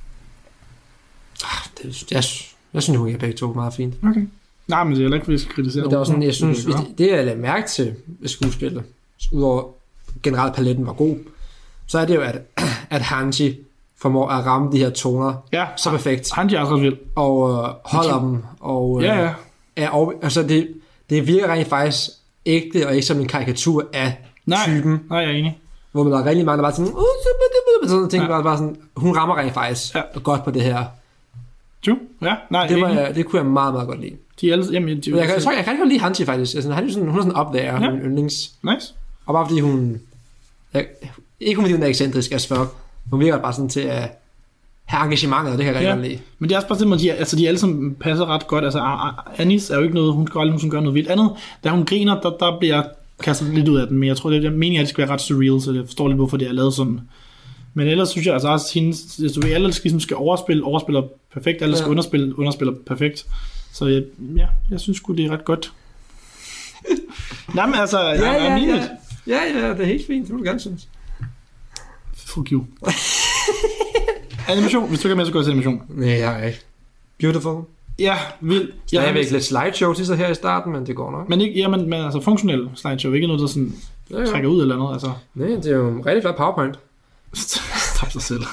Jeg synes, hun fungerer begge to meget fint. Okay. Nej, men det er heller ikke, fordi jeg skal kritisere. Men det er sådan, jeg synes, det jeg lagde mærke til ved skuespillet, udover generelt paletten var god, så er det jo, at Hanji formår at ramme de her toner så perfekt. Hanji er også ret vild. Og holder dem. Og, altså det virker rent faktisk ægte, og ikke som en karikatur af typen. Nej, jeg er enig. Hvor man der er rigtig mange, der bare sådan, ting, bare sådan, hun rammer rent faktisk godt på det her. True. Ja, nej, det kunne jeg meget, meget godt lide. Jeg kan ikke godt lide Hanji faktisk. Altså, hun er sådan up there, min yndlings. Nice. Og bare fordi hun... Ikke fordi hun er ekscentrisk as fuck. Hun virker bare sådan til at have engagementet, og det kan jeg rigtig godt lide. Men det er også bare sådan, de alle sammen passer ret godt. Altså, Anis er jo ikke noget, hun skal aldrig nogensinde gøre noget vildt andet. Da hun griner, der bliver jeg kastet lidt ud af den, men jeg tror, det er meningen, at det skal være ret surreal, så jeg forstår lidt, hvorfor det er lavet sådan. Men ellers synes jeg altså også, at alle skal overspiller perfekt, alle skal underspiller perfekt. Så jeg synes sgu, det er ret godt. Nej, men altså, jeg mener det. Ja, det er helt fint, det vil du gerne synes. Fuck you. Animation, hvis du ikke er med, så går jeg til animation. Nej, jeg er ikke. Beautiful. Ja, vildt. Jeg har ikke lidt slideshow til sig her i starten, men det går nok. Men ikke, men altså funktionel slideshow, ikke noget, der sådan trækker ud eller noget. Altså. Nej, det er jo en rigtig flot PowerPoint. Stop sig selv.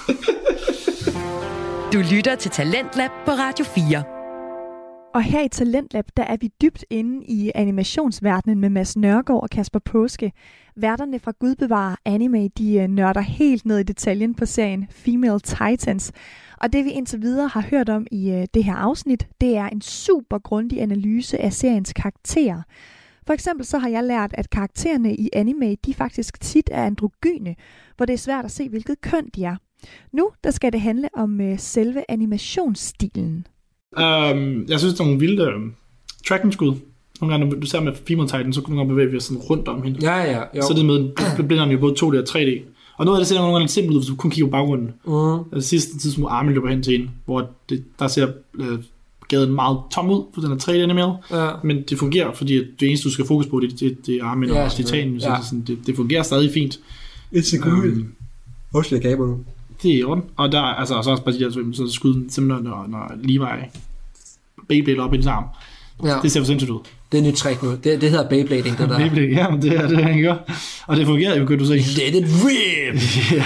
Du lytter til Talentlab på Radio 4. Og her i Talentlab, der er vi dybt inde i animationsverdenen med Mads Nørgaard og Kasper Påske. Værterne fra Gud bevarer anime, de nørder helt ned i detaljen på serien Female Titans. Og det vi indtil videre har hørt om i det her afsnit, det er en super grundig analyse af seriens karakterer. For eksempel så har jeg lært, at karaktererne i anime, de faktisk tit er androgyne, hvor det er svært at se, hvilket køn de er. Nu der skal det handle om selve animationsstilen. Jeg synes, der er nogle vilde tracking-skud. Nogle gange, når du ser med Female Titan, så kan du bevæge vi sådan rundt om hende. Ja. Jo. Så det med, blinder den jo både 2D og 3D. Og noget af det ser nogle gange simpelt ud, hvis du kun kigger på baggrunden. Altså sidste tidspunkt, Armin løber hen til hende, hvor der ser gaden meget tom ud, for den er 3D-animeret. Ja. Men det fungerer, fordi det eneste, du skal fokus på, det er Armin og Titan. Så det fungerer stadig fint. It's a good. Hvor skal jeg gabe nu? Det er i orden. Og der er altså også bare de der så skud, simpelthen når Levi Beyblade op i hans arm. Ja. Det ser for sindssygt ud. Det er nyt trick nu. Det hedder Beyblading, det der. Beyblade, ja, men det er det, han gør. Og det fungerer jo, kan du se. Let it rip!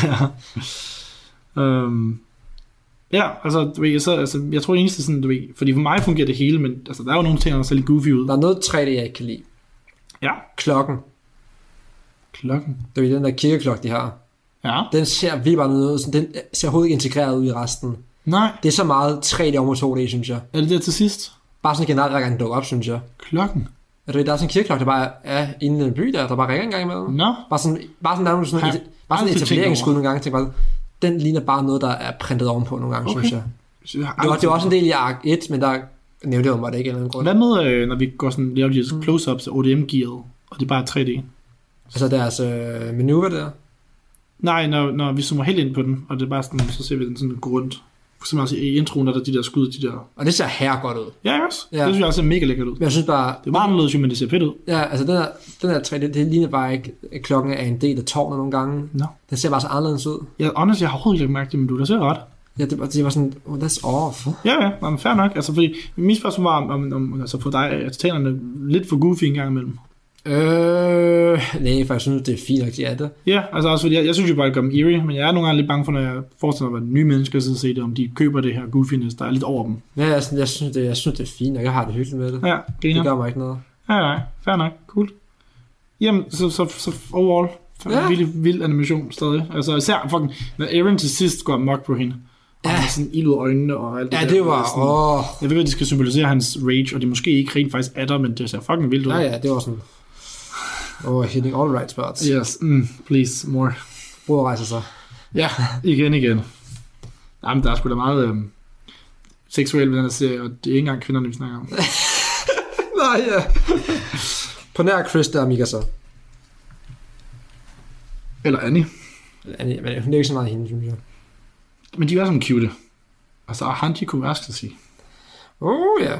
Ja, altså, du ved, jeg tror det eneste sådan, du ved, fordi for mig fungerer det hele, men altså, der er jo nogle ting, der ser lidt goofy ud. Der er noget 3D, jeg ikke kan lide. Ja. Klokken. Det er den der kirkeklokke, de har. Ja. Den ser virkelig bare noget, den ser overhovedet ikke integreret ud i resten. Nej. Det er så meget 3D over 2D, synes jeg. Er det der til sidst? Bare sådan generelt, hver gang den dukker op, synes jeg. Klokken? Der er sådan en kirkeklokke, der bare er inde i en by der bare ringer en gang imellem. Nå. Bare sådan der er sådan en etableringsskud nogle gange. Bare, den ligner bare noget, der er printet ovenpå nogle gange, synes jeg. Det var også en del i Ark 1, men der nævnte jeg mig det ikke en eller anden grund. Hvad med, når vi går sådan, laver de close-ups af ODM-gearet, og det er bare 3D? Altså deres manøvre der? Nej, når vi zoomer helt ind på den, og det er bare sådan, så ser vi den sådan gå rundt. For eksempel altså i introen, der er de der skud, de der... Og det ser her godt ud. Ja, også. Ja. Det synes jeg også er mega lækkert ud. Men jeg synes bare... Det er meget anderledes, men det ser fedt ud. Ja, altså den der 3D, det ligner bare ikke, at klokken er en del af tårnet nogle gange. No. Den ser bare så anderledes ud. Ja, honest, jeg har overhovedet ikke mærket det, men du, der ser ret. Ja, det var sådan, that's off. Ja, men fair nok. Altså, fordi mit spørgsmål var, om altså for dig, at titanerne lidt for goofy en gang imellem. Nej, for jeg synes, det er fint, at de er det. Ja, altså også fordi, jeg synes jo bare, det gør dem eerie, men jeg er nogle gange lidt bange for, når jeg forestiller mig, at nye mennesker sidder og ser det, om de køber det her goofiness, der er lidt over dem. Ja, jeg synes, det er fint, og jeg har det hyggeligt med det. Ja, det gør mig ikke noget. Nej, fair nok, cool. Jamen, så overall, vild animation stadig. Altså især fucking, når Eren til sidst går amok på hende, og han har sådan ild ud af øjnene og alt det der. Ja, det var... Jeg ved godt, de skal symbolisere hans rage, og de måske ikke rent faktisk er der, men det ser fucking vildt ud. Ja, det var sådan... hitting all right spots. Yes, please, more. Bror rejser sig. Ja, igen. Jamen, der er sgu da meget seksuelt ved den her serie, og det er ikke engang kvinderne, vi snakker om. Nej, ja. På nær Chris, der er Mikasa. Eller Annie. Men hun er ikke så meget hende, synes jeg. Men de er sådan cute. Altså, Hanji kunne jeg skal sige. Ja.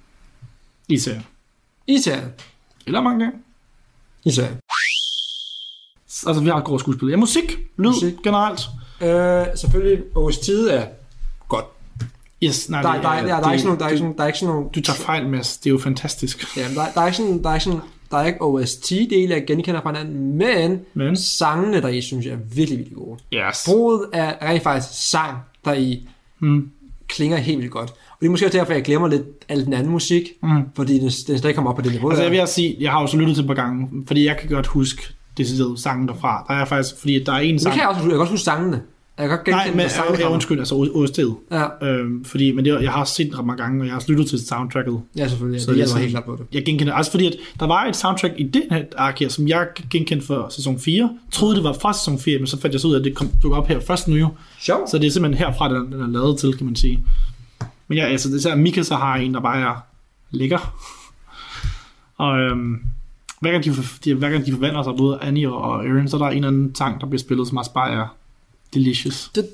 Især. Eller mange gange. Især. Altså, vi har et godt skuespil. Ja, musik. Lyd generelt. Selvfølgelig, OST'et er godt. Yes, nej, der er ikke sådan nogen... Du tager fejl, Mads. Det er jo fantastisk. Ja, men der er ikke OST-dele, jeg genkender fra hinanden, men sangene deri, synes jeg er virkelig, virkelig gode. Yes. Bruget er rent faktisk sang deri klinger helt vildt godt. Og det er måske også derfor, jeg glemmer lidt al den anden musik, fordi den stadig kommer op på det niveau. Altså jeg vil sige, jeg har også lyttet til et par gange, fordi jeg kan godt huske decideret sangen derfra. Der er faktisk, fordi der er en sang... Det kan jeg også huske sangene. Jeg kan godt genkende sangen. Undskyld, altså OST'et. Ja. Men jeg har set det ret mange gange, og jeg har lyttet til soundtracket. Ja, selvfølgelig. Så det hjælper helt klart på det. Jeg genkender også, fordi at der var et soundtrack i den her ark her, som jeg genkendte for sæson 4. Troede det var fra sæson 4, men så fandt jeg så ud af, at det dukker op her først nu jo. Sure. Så det er simpelthen herfra, den er lavet til, kan man sige. Men ja, altså det er Mikasa har en, der bare er lækker. Og hver gang de forvandler sig, både Annie og Eren, så er der en eller anden sang, der bliver spillet, som også bare er delicious. Der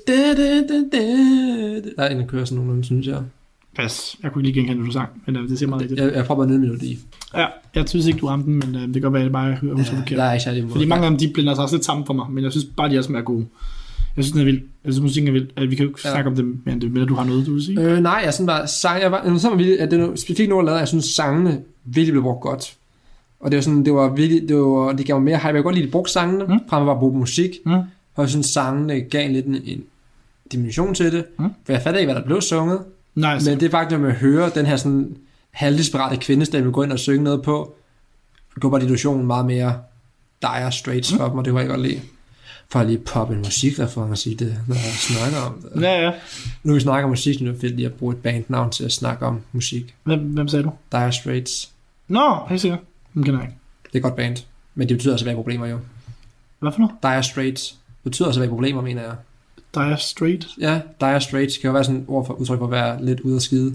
er en, der kører sådan nogenlunde, synes jeg. Pas. Jeg kunne ikke lige genkende, du sang, men det ser meget rigtigt. Jeg prøver bare ned melodi. Ja, jeg synes ikke, du ramte den, men det kan godt være, at det bare er forkert. Der er ikke særlig. Fordi mange af dem, de blinder sig også lidt sammen for mig, men jeg synes bare, de er smager gode. Jeg synes, den er vild. Jeg synes, musikken er vild. Vi kan jo ikke snakke om det, men du har noget, du vil sige? Nej, jeg sådan bare sang. Jeg var vildt, at det er specifikt noget, jeg synes, sangene virkelig blev brugt godt. Og det var sådan, det gav mig mere hype. Jeg kan godt lide, at de brugte sangene, frem for at bruge musik. Og jeg synes, sangene gav lidt en dimension til det. For jeg fatter ikke, hvad der blev sunget. Nice. Men det er faktisk, når man hører den her sådan halvdesperate kvindestemme gå ind og synge noget på, går bare illusionen meget mere Dire Straits for dem, og det var jeg godt lide. For at lige poppe en musikreference og sige det, når jeg snakker om det. Ja. Nu vi snakker om musik, så er det fedt lige at bruge et bandnavn til at snakke om musik. Hvem sagde du? Dire Straits. Nå, helt sikkert. Dem kender jeg ikke. Det er et godt band, men det betyder altså, at være problemer jo. Hvad for noget? Dire Straits. Det betyder altså, at være problemer, mener jeg. Dire Straits? Ja, Dire Straits kan jo være sådan et udtryk for at være lidt ude at skide.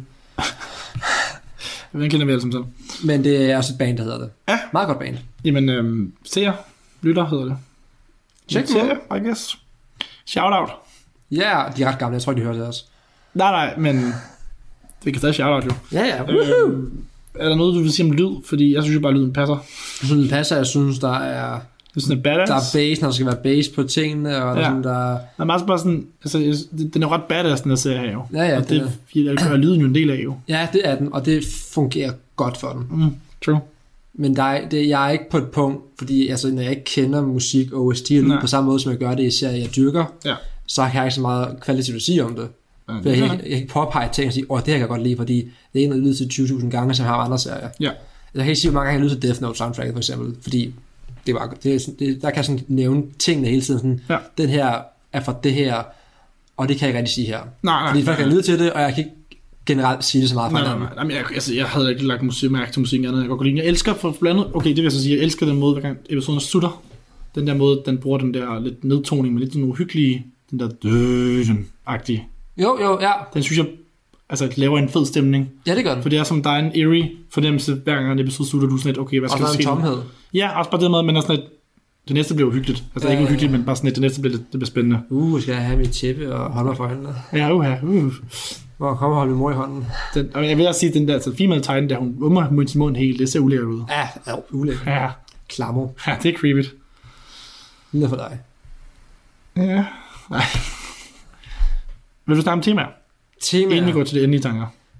Den kender vi alle som selv. Men det er også et band, der hedder det. Ja. Meget godt band. Jamen, seer, lytter hedder det. Check seer, I guess. Shoutout. Ja, de er ret gamle, jeg tror, de hører det også. Nej, men det kan stadig shoutout jo. Ja. Er der noget, du vil sige om lyd? Fordi jeg synes jo bare, at lyden passer. Jeg synes, den passer. Jeg synes, der er... Det er sådan badass. Der er bass, når der skal være bass på tingene, og sådan, der... Den er også bare sådan... Altså, den er ret badass, den der serie her jo. Ja, og det gør lyden jo en del af jo. Ja, det er den, og det fungerer godt for den. True. Men jeg er ikke på et punkt, fordi altså, når jeg ikke kender musik og OST på samme måde, som jeg gør det i serier, jeg dyrker, så har jeg ikke så meget kvalitativt at sige om det. For jeg kan påpege ting og sige, det her kan jeg godt lide, fordi det er en, der lyder til 20.000 gange, som har andre serier. Ja. Jeg kan ikke sige, hvor mange gange jeg lyder til Death Note soundtracket, for eksempel, fordi der kan sådan nævne tingene hele tiden. Sådan, den her er fra det her, og det kan jeg ikke rigtig sige her. Nej, fordi folk kan lyde til det, og jeg kan ikke generelt sige det så meget fra hinanden. Nej. Jeg havde ikke lagt mærke til musikken andet. Jeg godt kunne lide. Jeg elsker for blandet, okay, det vil jeg så sige, jeg elsker den måde, hver gang episoden slutter. Den der måde, den bruger den der lidt nedtoning, men lidt sådan uhyggelige, den der døden-agtige. Jo, ja. Den synes jeg, altså laver en fed stemning. Ja, det gør den. For det er som, der er en eerie fornemmelse, hver gang en episode slutter, du sådan lidt, okay, hvad skal der ske? Og der er en tomhed. Ja, også bare det med, men sådan lidt, det næste bliver uhyggeligt. Altså ikke uhyggeligt, men bare sådan lidt, det næste bliver spændende. Skal jeg have mit tæppe og holde mig for øjnene? Ja, Hvor kommer og holde min mor i hånden? Og jeg vil også sige, den der female titan, der hun ummer sin mund helt, det ser ulækkert ud. Ja, ulækkert. Ja. Klammer. Ja, det er creepy. Lige for dig. Ja, nej. Vil du snakke om temaer? Inden vi går til det endelige tanker.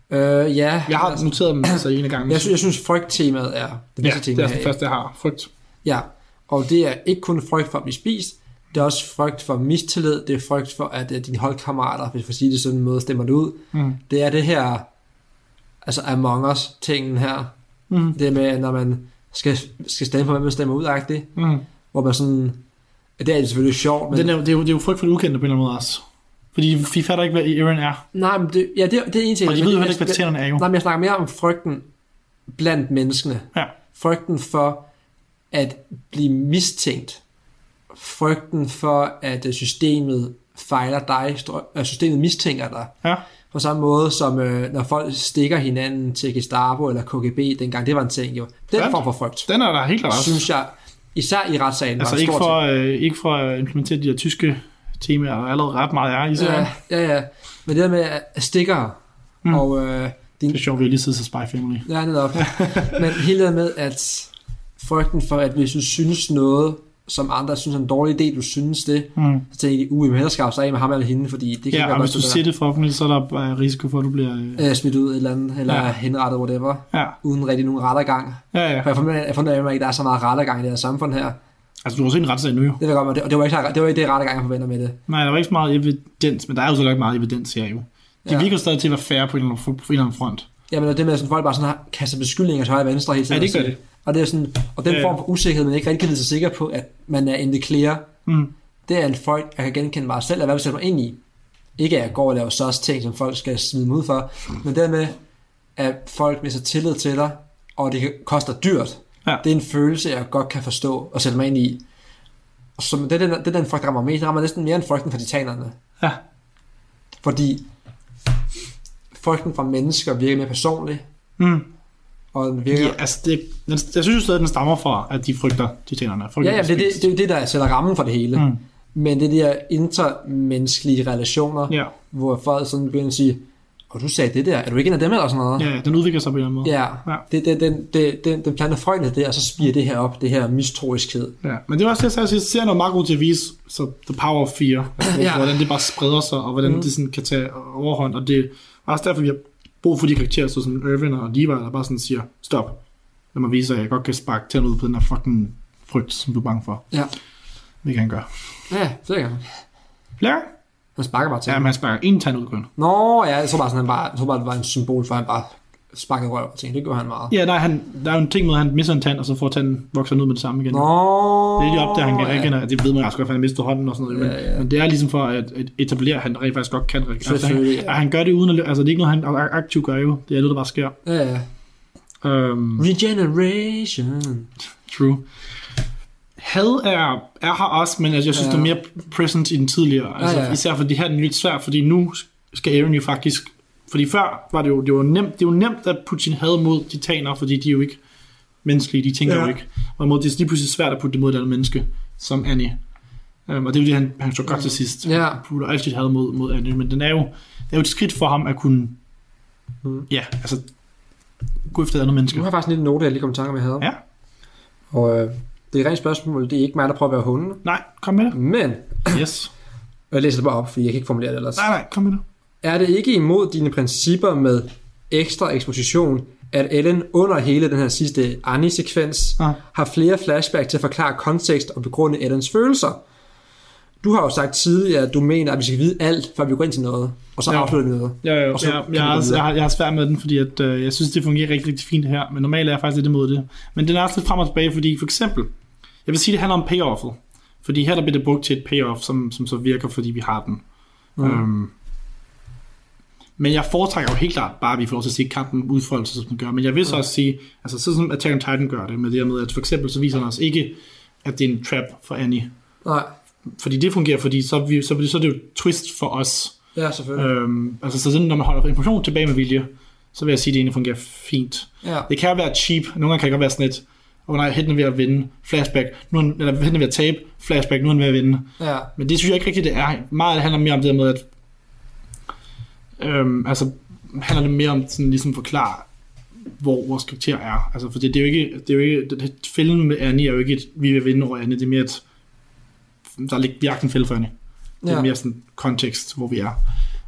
Ja. Jeg har noteret dem altså en gang. Jeg synes frygttemaet er det bedste tema. Det er det første, jeg har. Frygt. Ja, og det er ikke kun frygt for at blive spist, det er også frygt for mistillid, det er frygt for, at dine holdkammerater, hvis jeg får sige det sådan en måde, stemmer det ud. Det er det her, altså Among Us-tingen her. Det med, når man skal stemme på, hvem man stemmer ud-agtigt. Hvor man sådan, det er selvfølgelig sjovt. Men det er jo frygt for det ukendte på en eller anden måde også. Fordi vi fatter ikke, hvad Eren er. Nej, men det er en ting. Og de ved jo heller ikke, hvad tænderne er jo. Nej, men jeg snakker mere om frygten blandt menneskene. Ja. Frygten for at blive mistænkt. Frygten for, at systemet fejler dig. Systemet mistænker dig. Ja. På samme måde som når folk stikker hinanden til Gestapo eller KGB dengang. Det var en ting jo. Den form for frygt. Den er der helt klart også. Synes jeg, især i retssagen. Altså ikke for at implementere de der tyske temaer, og allerede ret meget er i serien. Ja. Men det der med stikkere og det er sjovt, vi har lige siddet til Spy Family. Ja, netop. Men hele det med, at frygten for, at hvis du synes noget, som andre synes er en dårlig idé, du synes det, så tænker de, vi må hellere skaffe sig af med ham eller hende, fordi det kan ja, og hvis du siger det for offentligt, så er der risiko for, at du bliver smidt ud et eller andet, eller henrettet, whatever, uden rigtig nogen rettergang. Ja. For jeg fundet af mig, at der er så meget rettergang i det her samfund her. Altså, du har også en retssag nu jo. Det var godt, og det var ikke det rettergang, jeg forventer med det. Nej, der var ikke så meget evidens, men der er jo så ikke meget evidens her jo. De virker stadig til at være færre på en eller anden front. Ja, men det med, at folk bare sådan har kastet beskyldninger til højre og venstre hele tiden. Ja, det gør det. Og det er sådan, og den form for usikkerhed, man ikke rigtig kan vide sig sikker på, at man er in the clear, det er en folk, jeg kan genkende mig selv, og hvad vi sætter mig ind i. Ikke at jeg går og laver sås ting, som folk skal smide mig ud for, men dermed, at folk mister tillid til dig, og det koster dyrt. Ja. Det er en følelse, jeg godt kan forstå og sætte mig ind i. Så det er den frygt, der rammer mest. Det rammer næsten mere end frygten for titanerne. Ja. Fordi frygten fra mennesker virker mere personlig. Og den virker... Ja, altså jeg synes jo stadig, at den stammer fra, at de frygter titanerne. Ja, det er jo det, der sætter rammen for det hele. Men det er de her intermenneskelige relationer, hvor folk sådan begynder at sige, og du sagde det der, er du ikke en af dem eller sådan noget? Ja, den udvikler sig på en eller anden måde. Ja. Den planter frøene der, og så spiger det her op, det her mistroiskhed. Ja, men det var også det, jeg ser noget meget godt til at vise, så the power of fear, hvordan det bare spreder sig, og hvordan det sådan kan tage overhånd, og det er også derfor, vi har brug for de karakterer, så som Irvin og Levi, der bare sådan siger, stop, lad mig vise, at jeg godt kan sparke tænder ud på den her fucking frygt, som du er bange for. Ja. Det kan han gøre. Ja, det kan han. Flere? Han sparker bare til. Ja, men han sparker en tand ud kun. Nå, ja, jeg tror bare, det var en symbol for, at han bare sparkede røv og ting. Det gør han meget. Ja, der er jo en ting med, at han mister en tand, og så får tanden vokser ud med det samme igen. Nå, det er lige op, der han regenererer. Det ved man også godt, for han mister hånden og sådan noget. Men det er ligesom for at etablere, at han rent faktisk godt kan regenerere. Han gør det uden at... Altså, det er ikke noget, han aktivt gør jo. Det er noget, der bare sker. Ja. Regeneration. True. Had er her også, men altså, jeg synes, det er mere present i den tidligere. Altså, især fordi her er den lidt svært, fordi nu skal Eren jo faktisk... Fordi før var det jo nemt at putte sin had mod titaner, fordi de er jo ikke menneskelige, de tænker jo ikke. Og mod det er lige pludselig svært at putte det mod et andet menneske, som Annie. Og det er jo det, han så godt til sidst. Han putter altid had mod Annie, men det er jo et skridt for ham at kunne gå efter et andet menneske. Nu har jeg faktisk en lille note, jeg lige kom i tanke med had. Ja. Og det er et rent spørgsmål, det er ikke mig, der prøver at være hunden. Nej, kom med det. Men, yes. Jeg læser det bare op, fordi jeg kan ikke formulere det ellers. Nej, kom med det. Er det ikke imod dine principper med ekstra eksposition, at Ellen under hele den her sidste Annie-sekvens har flere flashback til at forklare kontekst og begrunde Ellens følelser? Du har jo sagt tidligere, at du mener, at vi skal vide alt, før vi går ind til noget, og så afslutter vi noget. Jeg har svært med den, fordi at, jeg synes, det fungerer rigtig, rigtig fint her, men normalt er jeg faktisk lidt imod det. Men den er også lidt frem og tilbage, fordi for eksempel, jeg vil sige, det handler om payoffet. Fordi her der bliver det brugt til et payoff, som så virker, fordi vi har den. Men jeg foretrækker jo helt klart bare, at vi får lov til at se kampen udfolde sig, som den gør. Men jeg vil så også sige, altså sådan som Attack on Titan gør det, med det her med, at for eksempel så viser den os ikke, at det er en trap for Annie. Nej. Fordi det fungerer, fordi så er det jo twist for os. Ja, selvfølgelig. Altså så sådan, når man holder information tilbage med vilje, så vil jeg sige, at det egentlig fungerer fint. Ja. Det kan jo være cheap. Nogle gange kan det godt være sådan et, nej, hætten er ved at vinde, flashback. Eller hætten er ved at tabe, flashback, nu er den ved at vinde. Ja. Men det synes jeg ikke rigtigt, det er. Meget handler mere om det med, at handler det mere om sådan ligesom forklare, hvor vores karakter er. Altså, for det er jo ikke det film med Annie er jo ikke et, vi vil vinde over Annie. Det er mere et, der er ikke en fælde for Annie. Det er mere sådan kontekst, hvor vi er.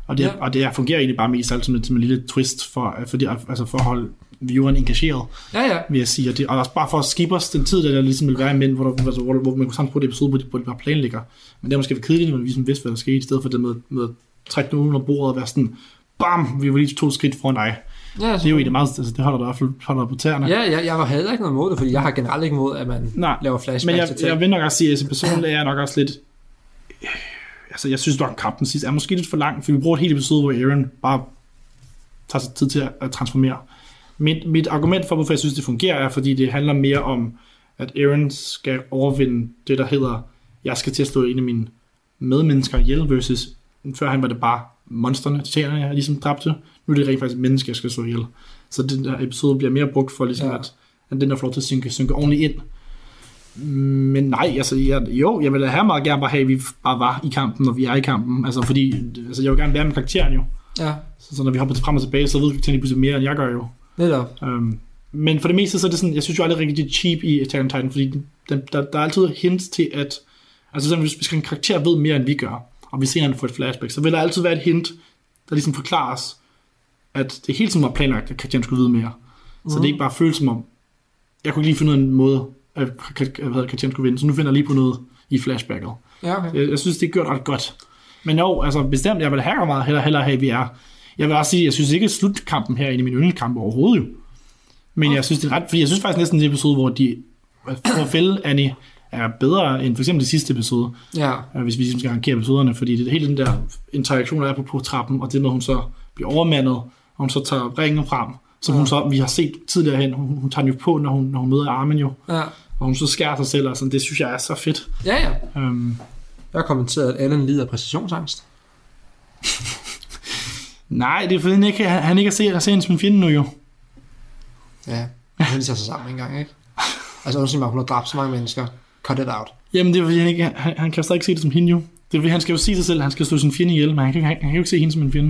Og det fungerer egentlig bare mest alt som en lille twist for at holde vieweren engageret, vil jeg sige. Og også bare for at skippe os den tid, der ligesom vil være i mænd, hvor man kunne samtidig på det episode, hvor de bare planlægger. Men det er måske for kedeligt, når vi ligesom vidste, hvad der skete, i stedet for det med at trække nogen under bordet og være sådan, bam, vi var lige 2 skridt foran dig. Ja, det er jo egentlig meget, altså det holder der på tæerne. Ja, jeg var heller ikke noget mod det, fordi jeg har generelt ikke mod, at man laver flashbacks. Men jeg vil nok også sige, at personligt er jeg nok også lidt... Altså, jeg synes, at kampen sidst er måske lidt for lang, for vi bruger et helt episode, hvor Eren bare tager sig tid til at transformere. Mit argument for, hvorfor jeg synes, det fungerer, er, fordi det handler mere om, at Eren skal overvinde det, der hedder, jeg skal til at slå en af mine medmennesker ihjel, versus førhen var det bare monsterne, titanerne, jeg ligesom dræbte. Nu er det rent faktisk mennesker, jeg skal slå ihjel. Så den der episode bliver mere brugt for, ligesom at den der får lov til at synke ordentligt ind. Men nej, altså, jeg vil da have meget gerne bare have, at vi bare var i kampen, når vi er i kampen. Altså, fordi jeg vil gerne være med karakteren jo. Ja. Så når vi hopper frem og tilbage, så ved karakteren pludselig mere, end jeg gør jo. Netop. Men for det meste, så er det sådan, jeg synes jo aldrig rigtig, det er cheap i Attack on Titan, fordi der er altid hints til, at altså sådan, hvis en karakter ved mere, end vi gør, og vi senere får et flashback, så vil der altid være et hint, der ligesom forklares, at det hele tiden var planlagt, at karakteren skulle vide mere. Så det er ikke bare føles som om, jeg kunne ikke lige finde ud af en måde, at karakteren skulle vinde, så nu finder jeg lige på noget i flashbacket. Ja, okay. Jeg synes, det er gjort ret godt. Men jo, altså bestemt, jeg vil have meget hellere have, vi er. Jeg vil også sige, jeg synes ikke, at slutkampen her i min yndlingskamp overhovedet jo. Men jeg synes, det er ret, fordi jeg synes faktisk næsten det episode, hvor de for at fælde Annie er bedre end for eksempel det sidste episode. Ja. Hvis vi ligesom skal rangere episoderne, fordi det er hele den der interaktion, der er på trappen, og det når hun så bliver overmandet, og hun så tager ringen frem, som hun så, vi har set tidligere hen, hun tager den jo på, når hun møder Armin jo. Ja. Og hun så skærer sig selv, og sådan, det synes jeg er så fedt. Ja. Jeg har kommenteret, at Alan lider af præcisionsangst. Nej, det er fordi han ikke har set hende som en fjende nu jo. Ja, han tager sig sammen en gang, ikke? Altså undskyld mig, hun har dræbt så mange mennesker. Cut it out. Jamen det er fordi, han kan stadig ikke se det som hende jo. Det er fordi, han skal jo sige sig selv, at han skal slå sin fjende ihjel, men han kan jo ikke se hende som en fjende.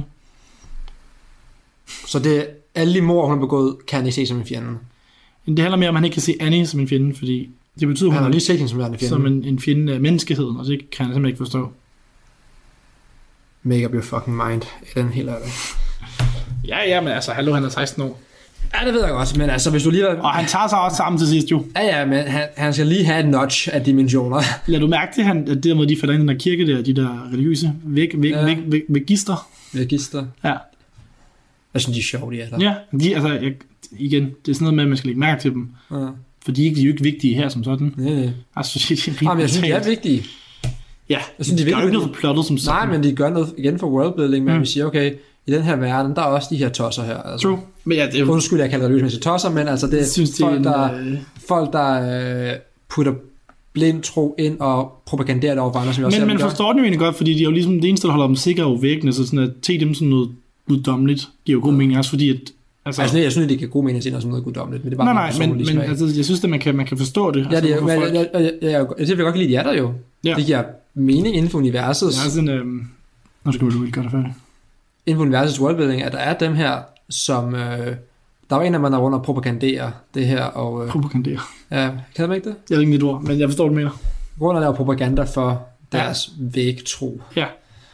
Så det er alle de mord, hun har begået, kan han ikke se som en fjende? Det handler mere om, at han ikke kan se Annie som en fjende, fordi det betyder, han har lige set hende som en fjende. Som en fjende af menneskeheden, og det kan han simpelthen ikke forstå. Make up your fucking mind. Er den helt ærlig? Ja, men altså, hallo, han er 16 år. Ja, det ved jeg også, men altså, hvis du lige... Og han tager sig også sammen til sidst, jo. Ja, men han skal lige have et notch af dimensioner. Lad du mærke til, at det der måde, de falder ind i den der kirke der, de der religiøse vegister. Vegister. Ja. Jeg synes, de er sjove, de er der. Ja, igen, det er sådan noget med, at man skal lægge mærke til dem. Ja. For de er jo ikke vigtige her som sådan. Nej. Altså, jeg synes, de er vigtige. Ja, jeg synes, de gør jo ikke noget for plottet som sådan. Nej, men de gør noget igen for worldbuilding, men vi siger, okay, i den her verden, der er også de her tosser her. Altså. True. Men ja, det er... Undskyld, jeg kalder det religiøse tosser, men altså det er folk, der putter blind tro ind og propaganderer det over for andre, som jeg også man forstår det jo egentlig godt, fordi de er jo ligesom det eneste, der holder dem sikre over væggene, så sådan at te dem sådan noget guddommeligt, giver jo god mening også, fordi at... Altså jeg synes, det giver god mening at se noget som noget guddommeligt, men det er bare men altså, jeg synes, at man kan forstå det. Ja, det vil godt lide, de er der jo. Ja. Det giver mening inden for universet. Det er sådan, nu skal vi jo gøre det færdigt. Inden for universets worldbuilding, at der er dem her, som... der var en af man der rundt og propaganderer det her. Og, propaganderer? Ja, kan man ikke det? Jeg ved ikke dit ord, men jeg forstår, hvad du mener. Rundt og laver propaganda for deres vægtro. Ja.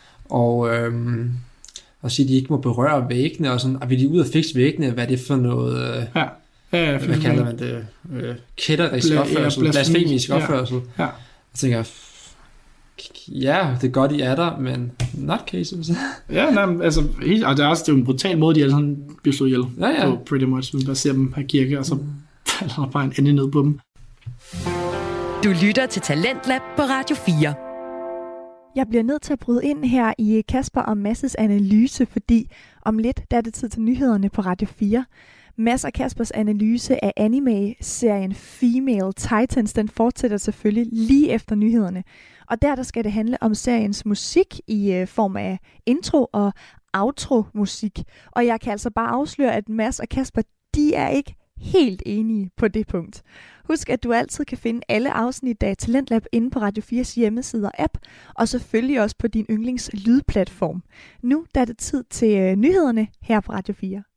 Og sige, at de ikke må berøre væggene, og sådan, at vil de ud og fikse væggene, hvad er det for noget... hvad kalder man det? Kætterisk opførsel, blasfemisk opførsel. Ja. Jeg tænker, ja, det er godt, I er der, men not cases. Ja, nej, altså, og det er også en brutal måde, de alle sådan bliver slået ihjel. Ja. På pretty much, vi bare ser dem her kirke, og så falder der bare en ende ned på dem. Du lytter til Talentlab på Radio 4. Jeg bliver nødt til at bryde ind her i Kasper og Masses analyse, fordi om lidt der er det tid til nyhederne på Radio 4. Mads og Kaspers analyse af anime-serien Female Titans, den fortsætter selvfølgelig lige efter nyhederne. Og der skal det handle om seriens musik i form af intro- og outro-musik. Og jeg kan altså bare afsløre, at Mads og Kasper, de er ikke helt enige på det punkt. Husk, at du altid kan finde alle afsnit af Talentlab inde på Radio 4's hjemmeside og app, og selvfølgelig også på din yndlings lydplatform. Nu der er det tid til nyhederne her på Radio 4.